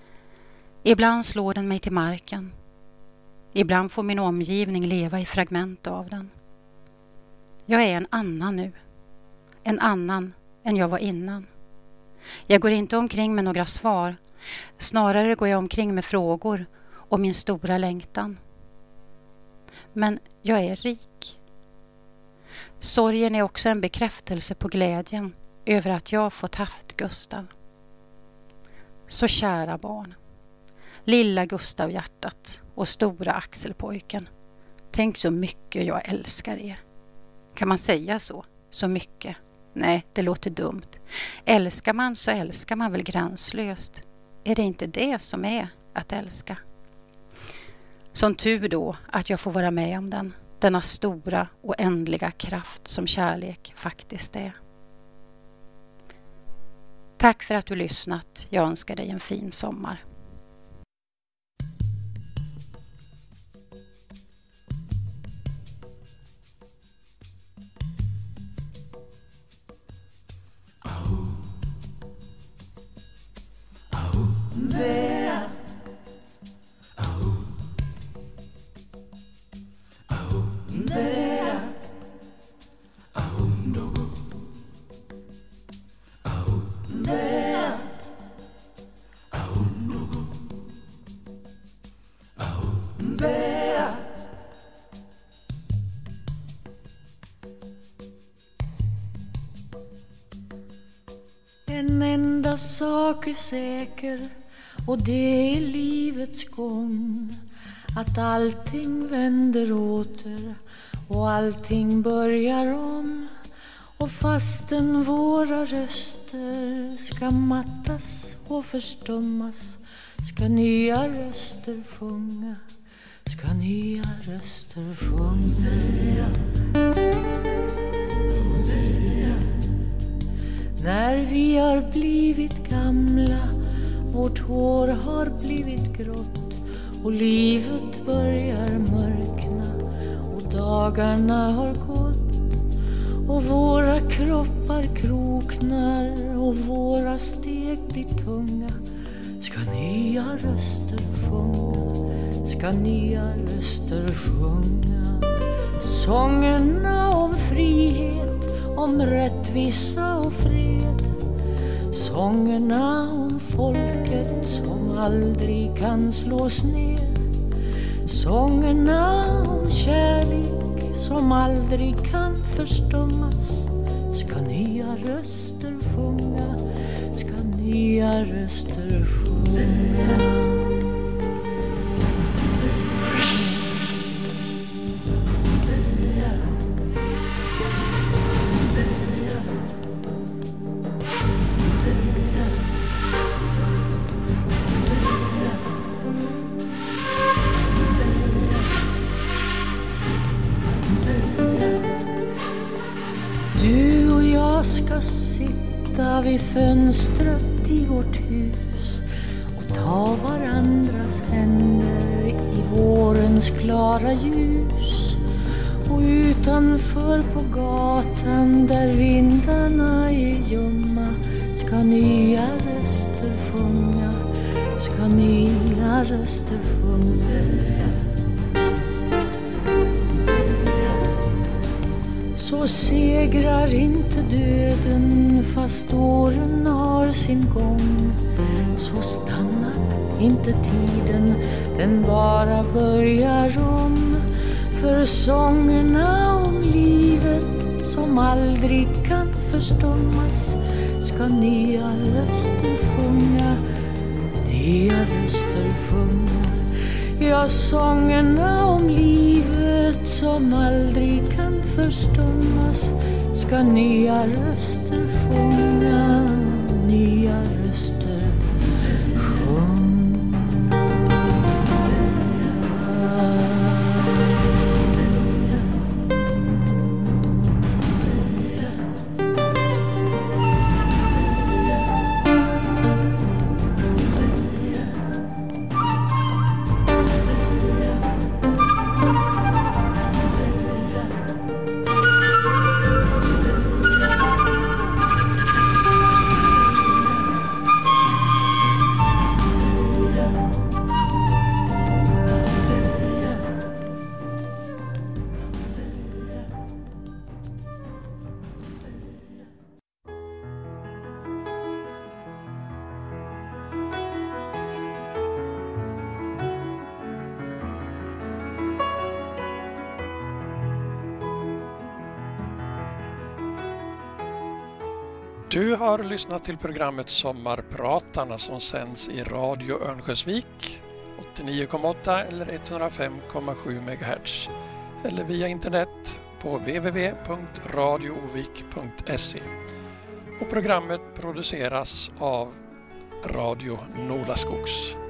Ibland slår den mig till marken. Ibland får min omgivning leva i fragment av den. Jag är en annan nu. en annan än jag var innan. Jag går inte omkring med några svar. Snarare går jag omkring med frågor och min stora längtan. Men jag är rik. Sorgen är också en bekräftelse på glädjen över att jag fått haft Gustav. Så kära barn, lilla Gustav hjärtat och stora Axelpojken. Tänk så mycket jag älskar er. Kan man säga så? Så mycket? Nej, det låter dumt. Älskar man så älskar man väl gränslöst. Är det inte det som är att älska? Som tur då att jag får vara med om den. Denna stora och ändliga kraft som kärlek faktiskt är. Tack för att du lyssnat. Jag önskar dig en fin sommar. Nzea, au, au, nzea, au ndogo, au nzea, au ndogo, au nzea. En enda sak är säker, och det är livets gång. Att allting vänder åter och allting börjar om. Och fastän våra röster ska mattas och förstummas, ska nya röster sjunga, ska nya röster sjunga. När vi har blivit gamla, vårt hår har blivit grått och livet börjar mörkna och dagarna har gått och våra kroppar kroknar och våra steg blir tunga. Ska nya röster sjunga, ska nya röster sjunga. Sångerna om frihet, om rättvisa och fred. Sångerna om folket som aldrig kan slås ner. Sångerna om kärlek som aldrig kan förstummas. Ska nya röster sjunga, ska nya röster sjunga. Du och jag ska sitta vid fönstret i vårt hus och ta varandras händer i vårens klara ljus. Och utanför på gatan där vindarna är ljumma ska nya röster sjunga, ska nya röster sjunga. Så segrar inte döden fast åren har sin gång. Så stannar inte tiden, den bara börjar om. För sångerna om livet som aldrig kan förstummas ska nya röster sjunga, nya röster sjunga. Ja, sångerna om livet som aldrig kan förstummas ska nya röster sjunga, nya röster sjunga. Du har lyssnat till programmet Sommarpratarna som sänds i Radio Örnsköldsvik åttionio komma åtta eller etthundrafem komma sju megahertz eller via internet på w w w punkt radioovik punkt se. Och programmet produceras av Radio Nolaskogs.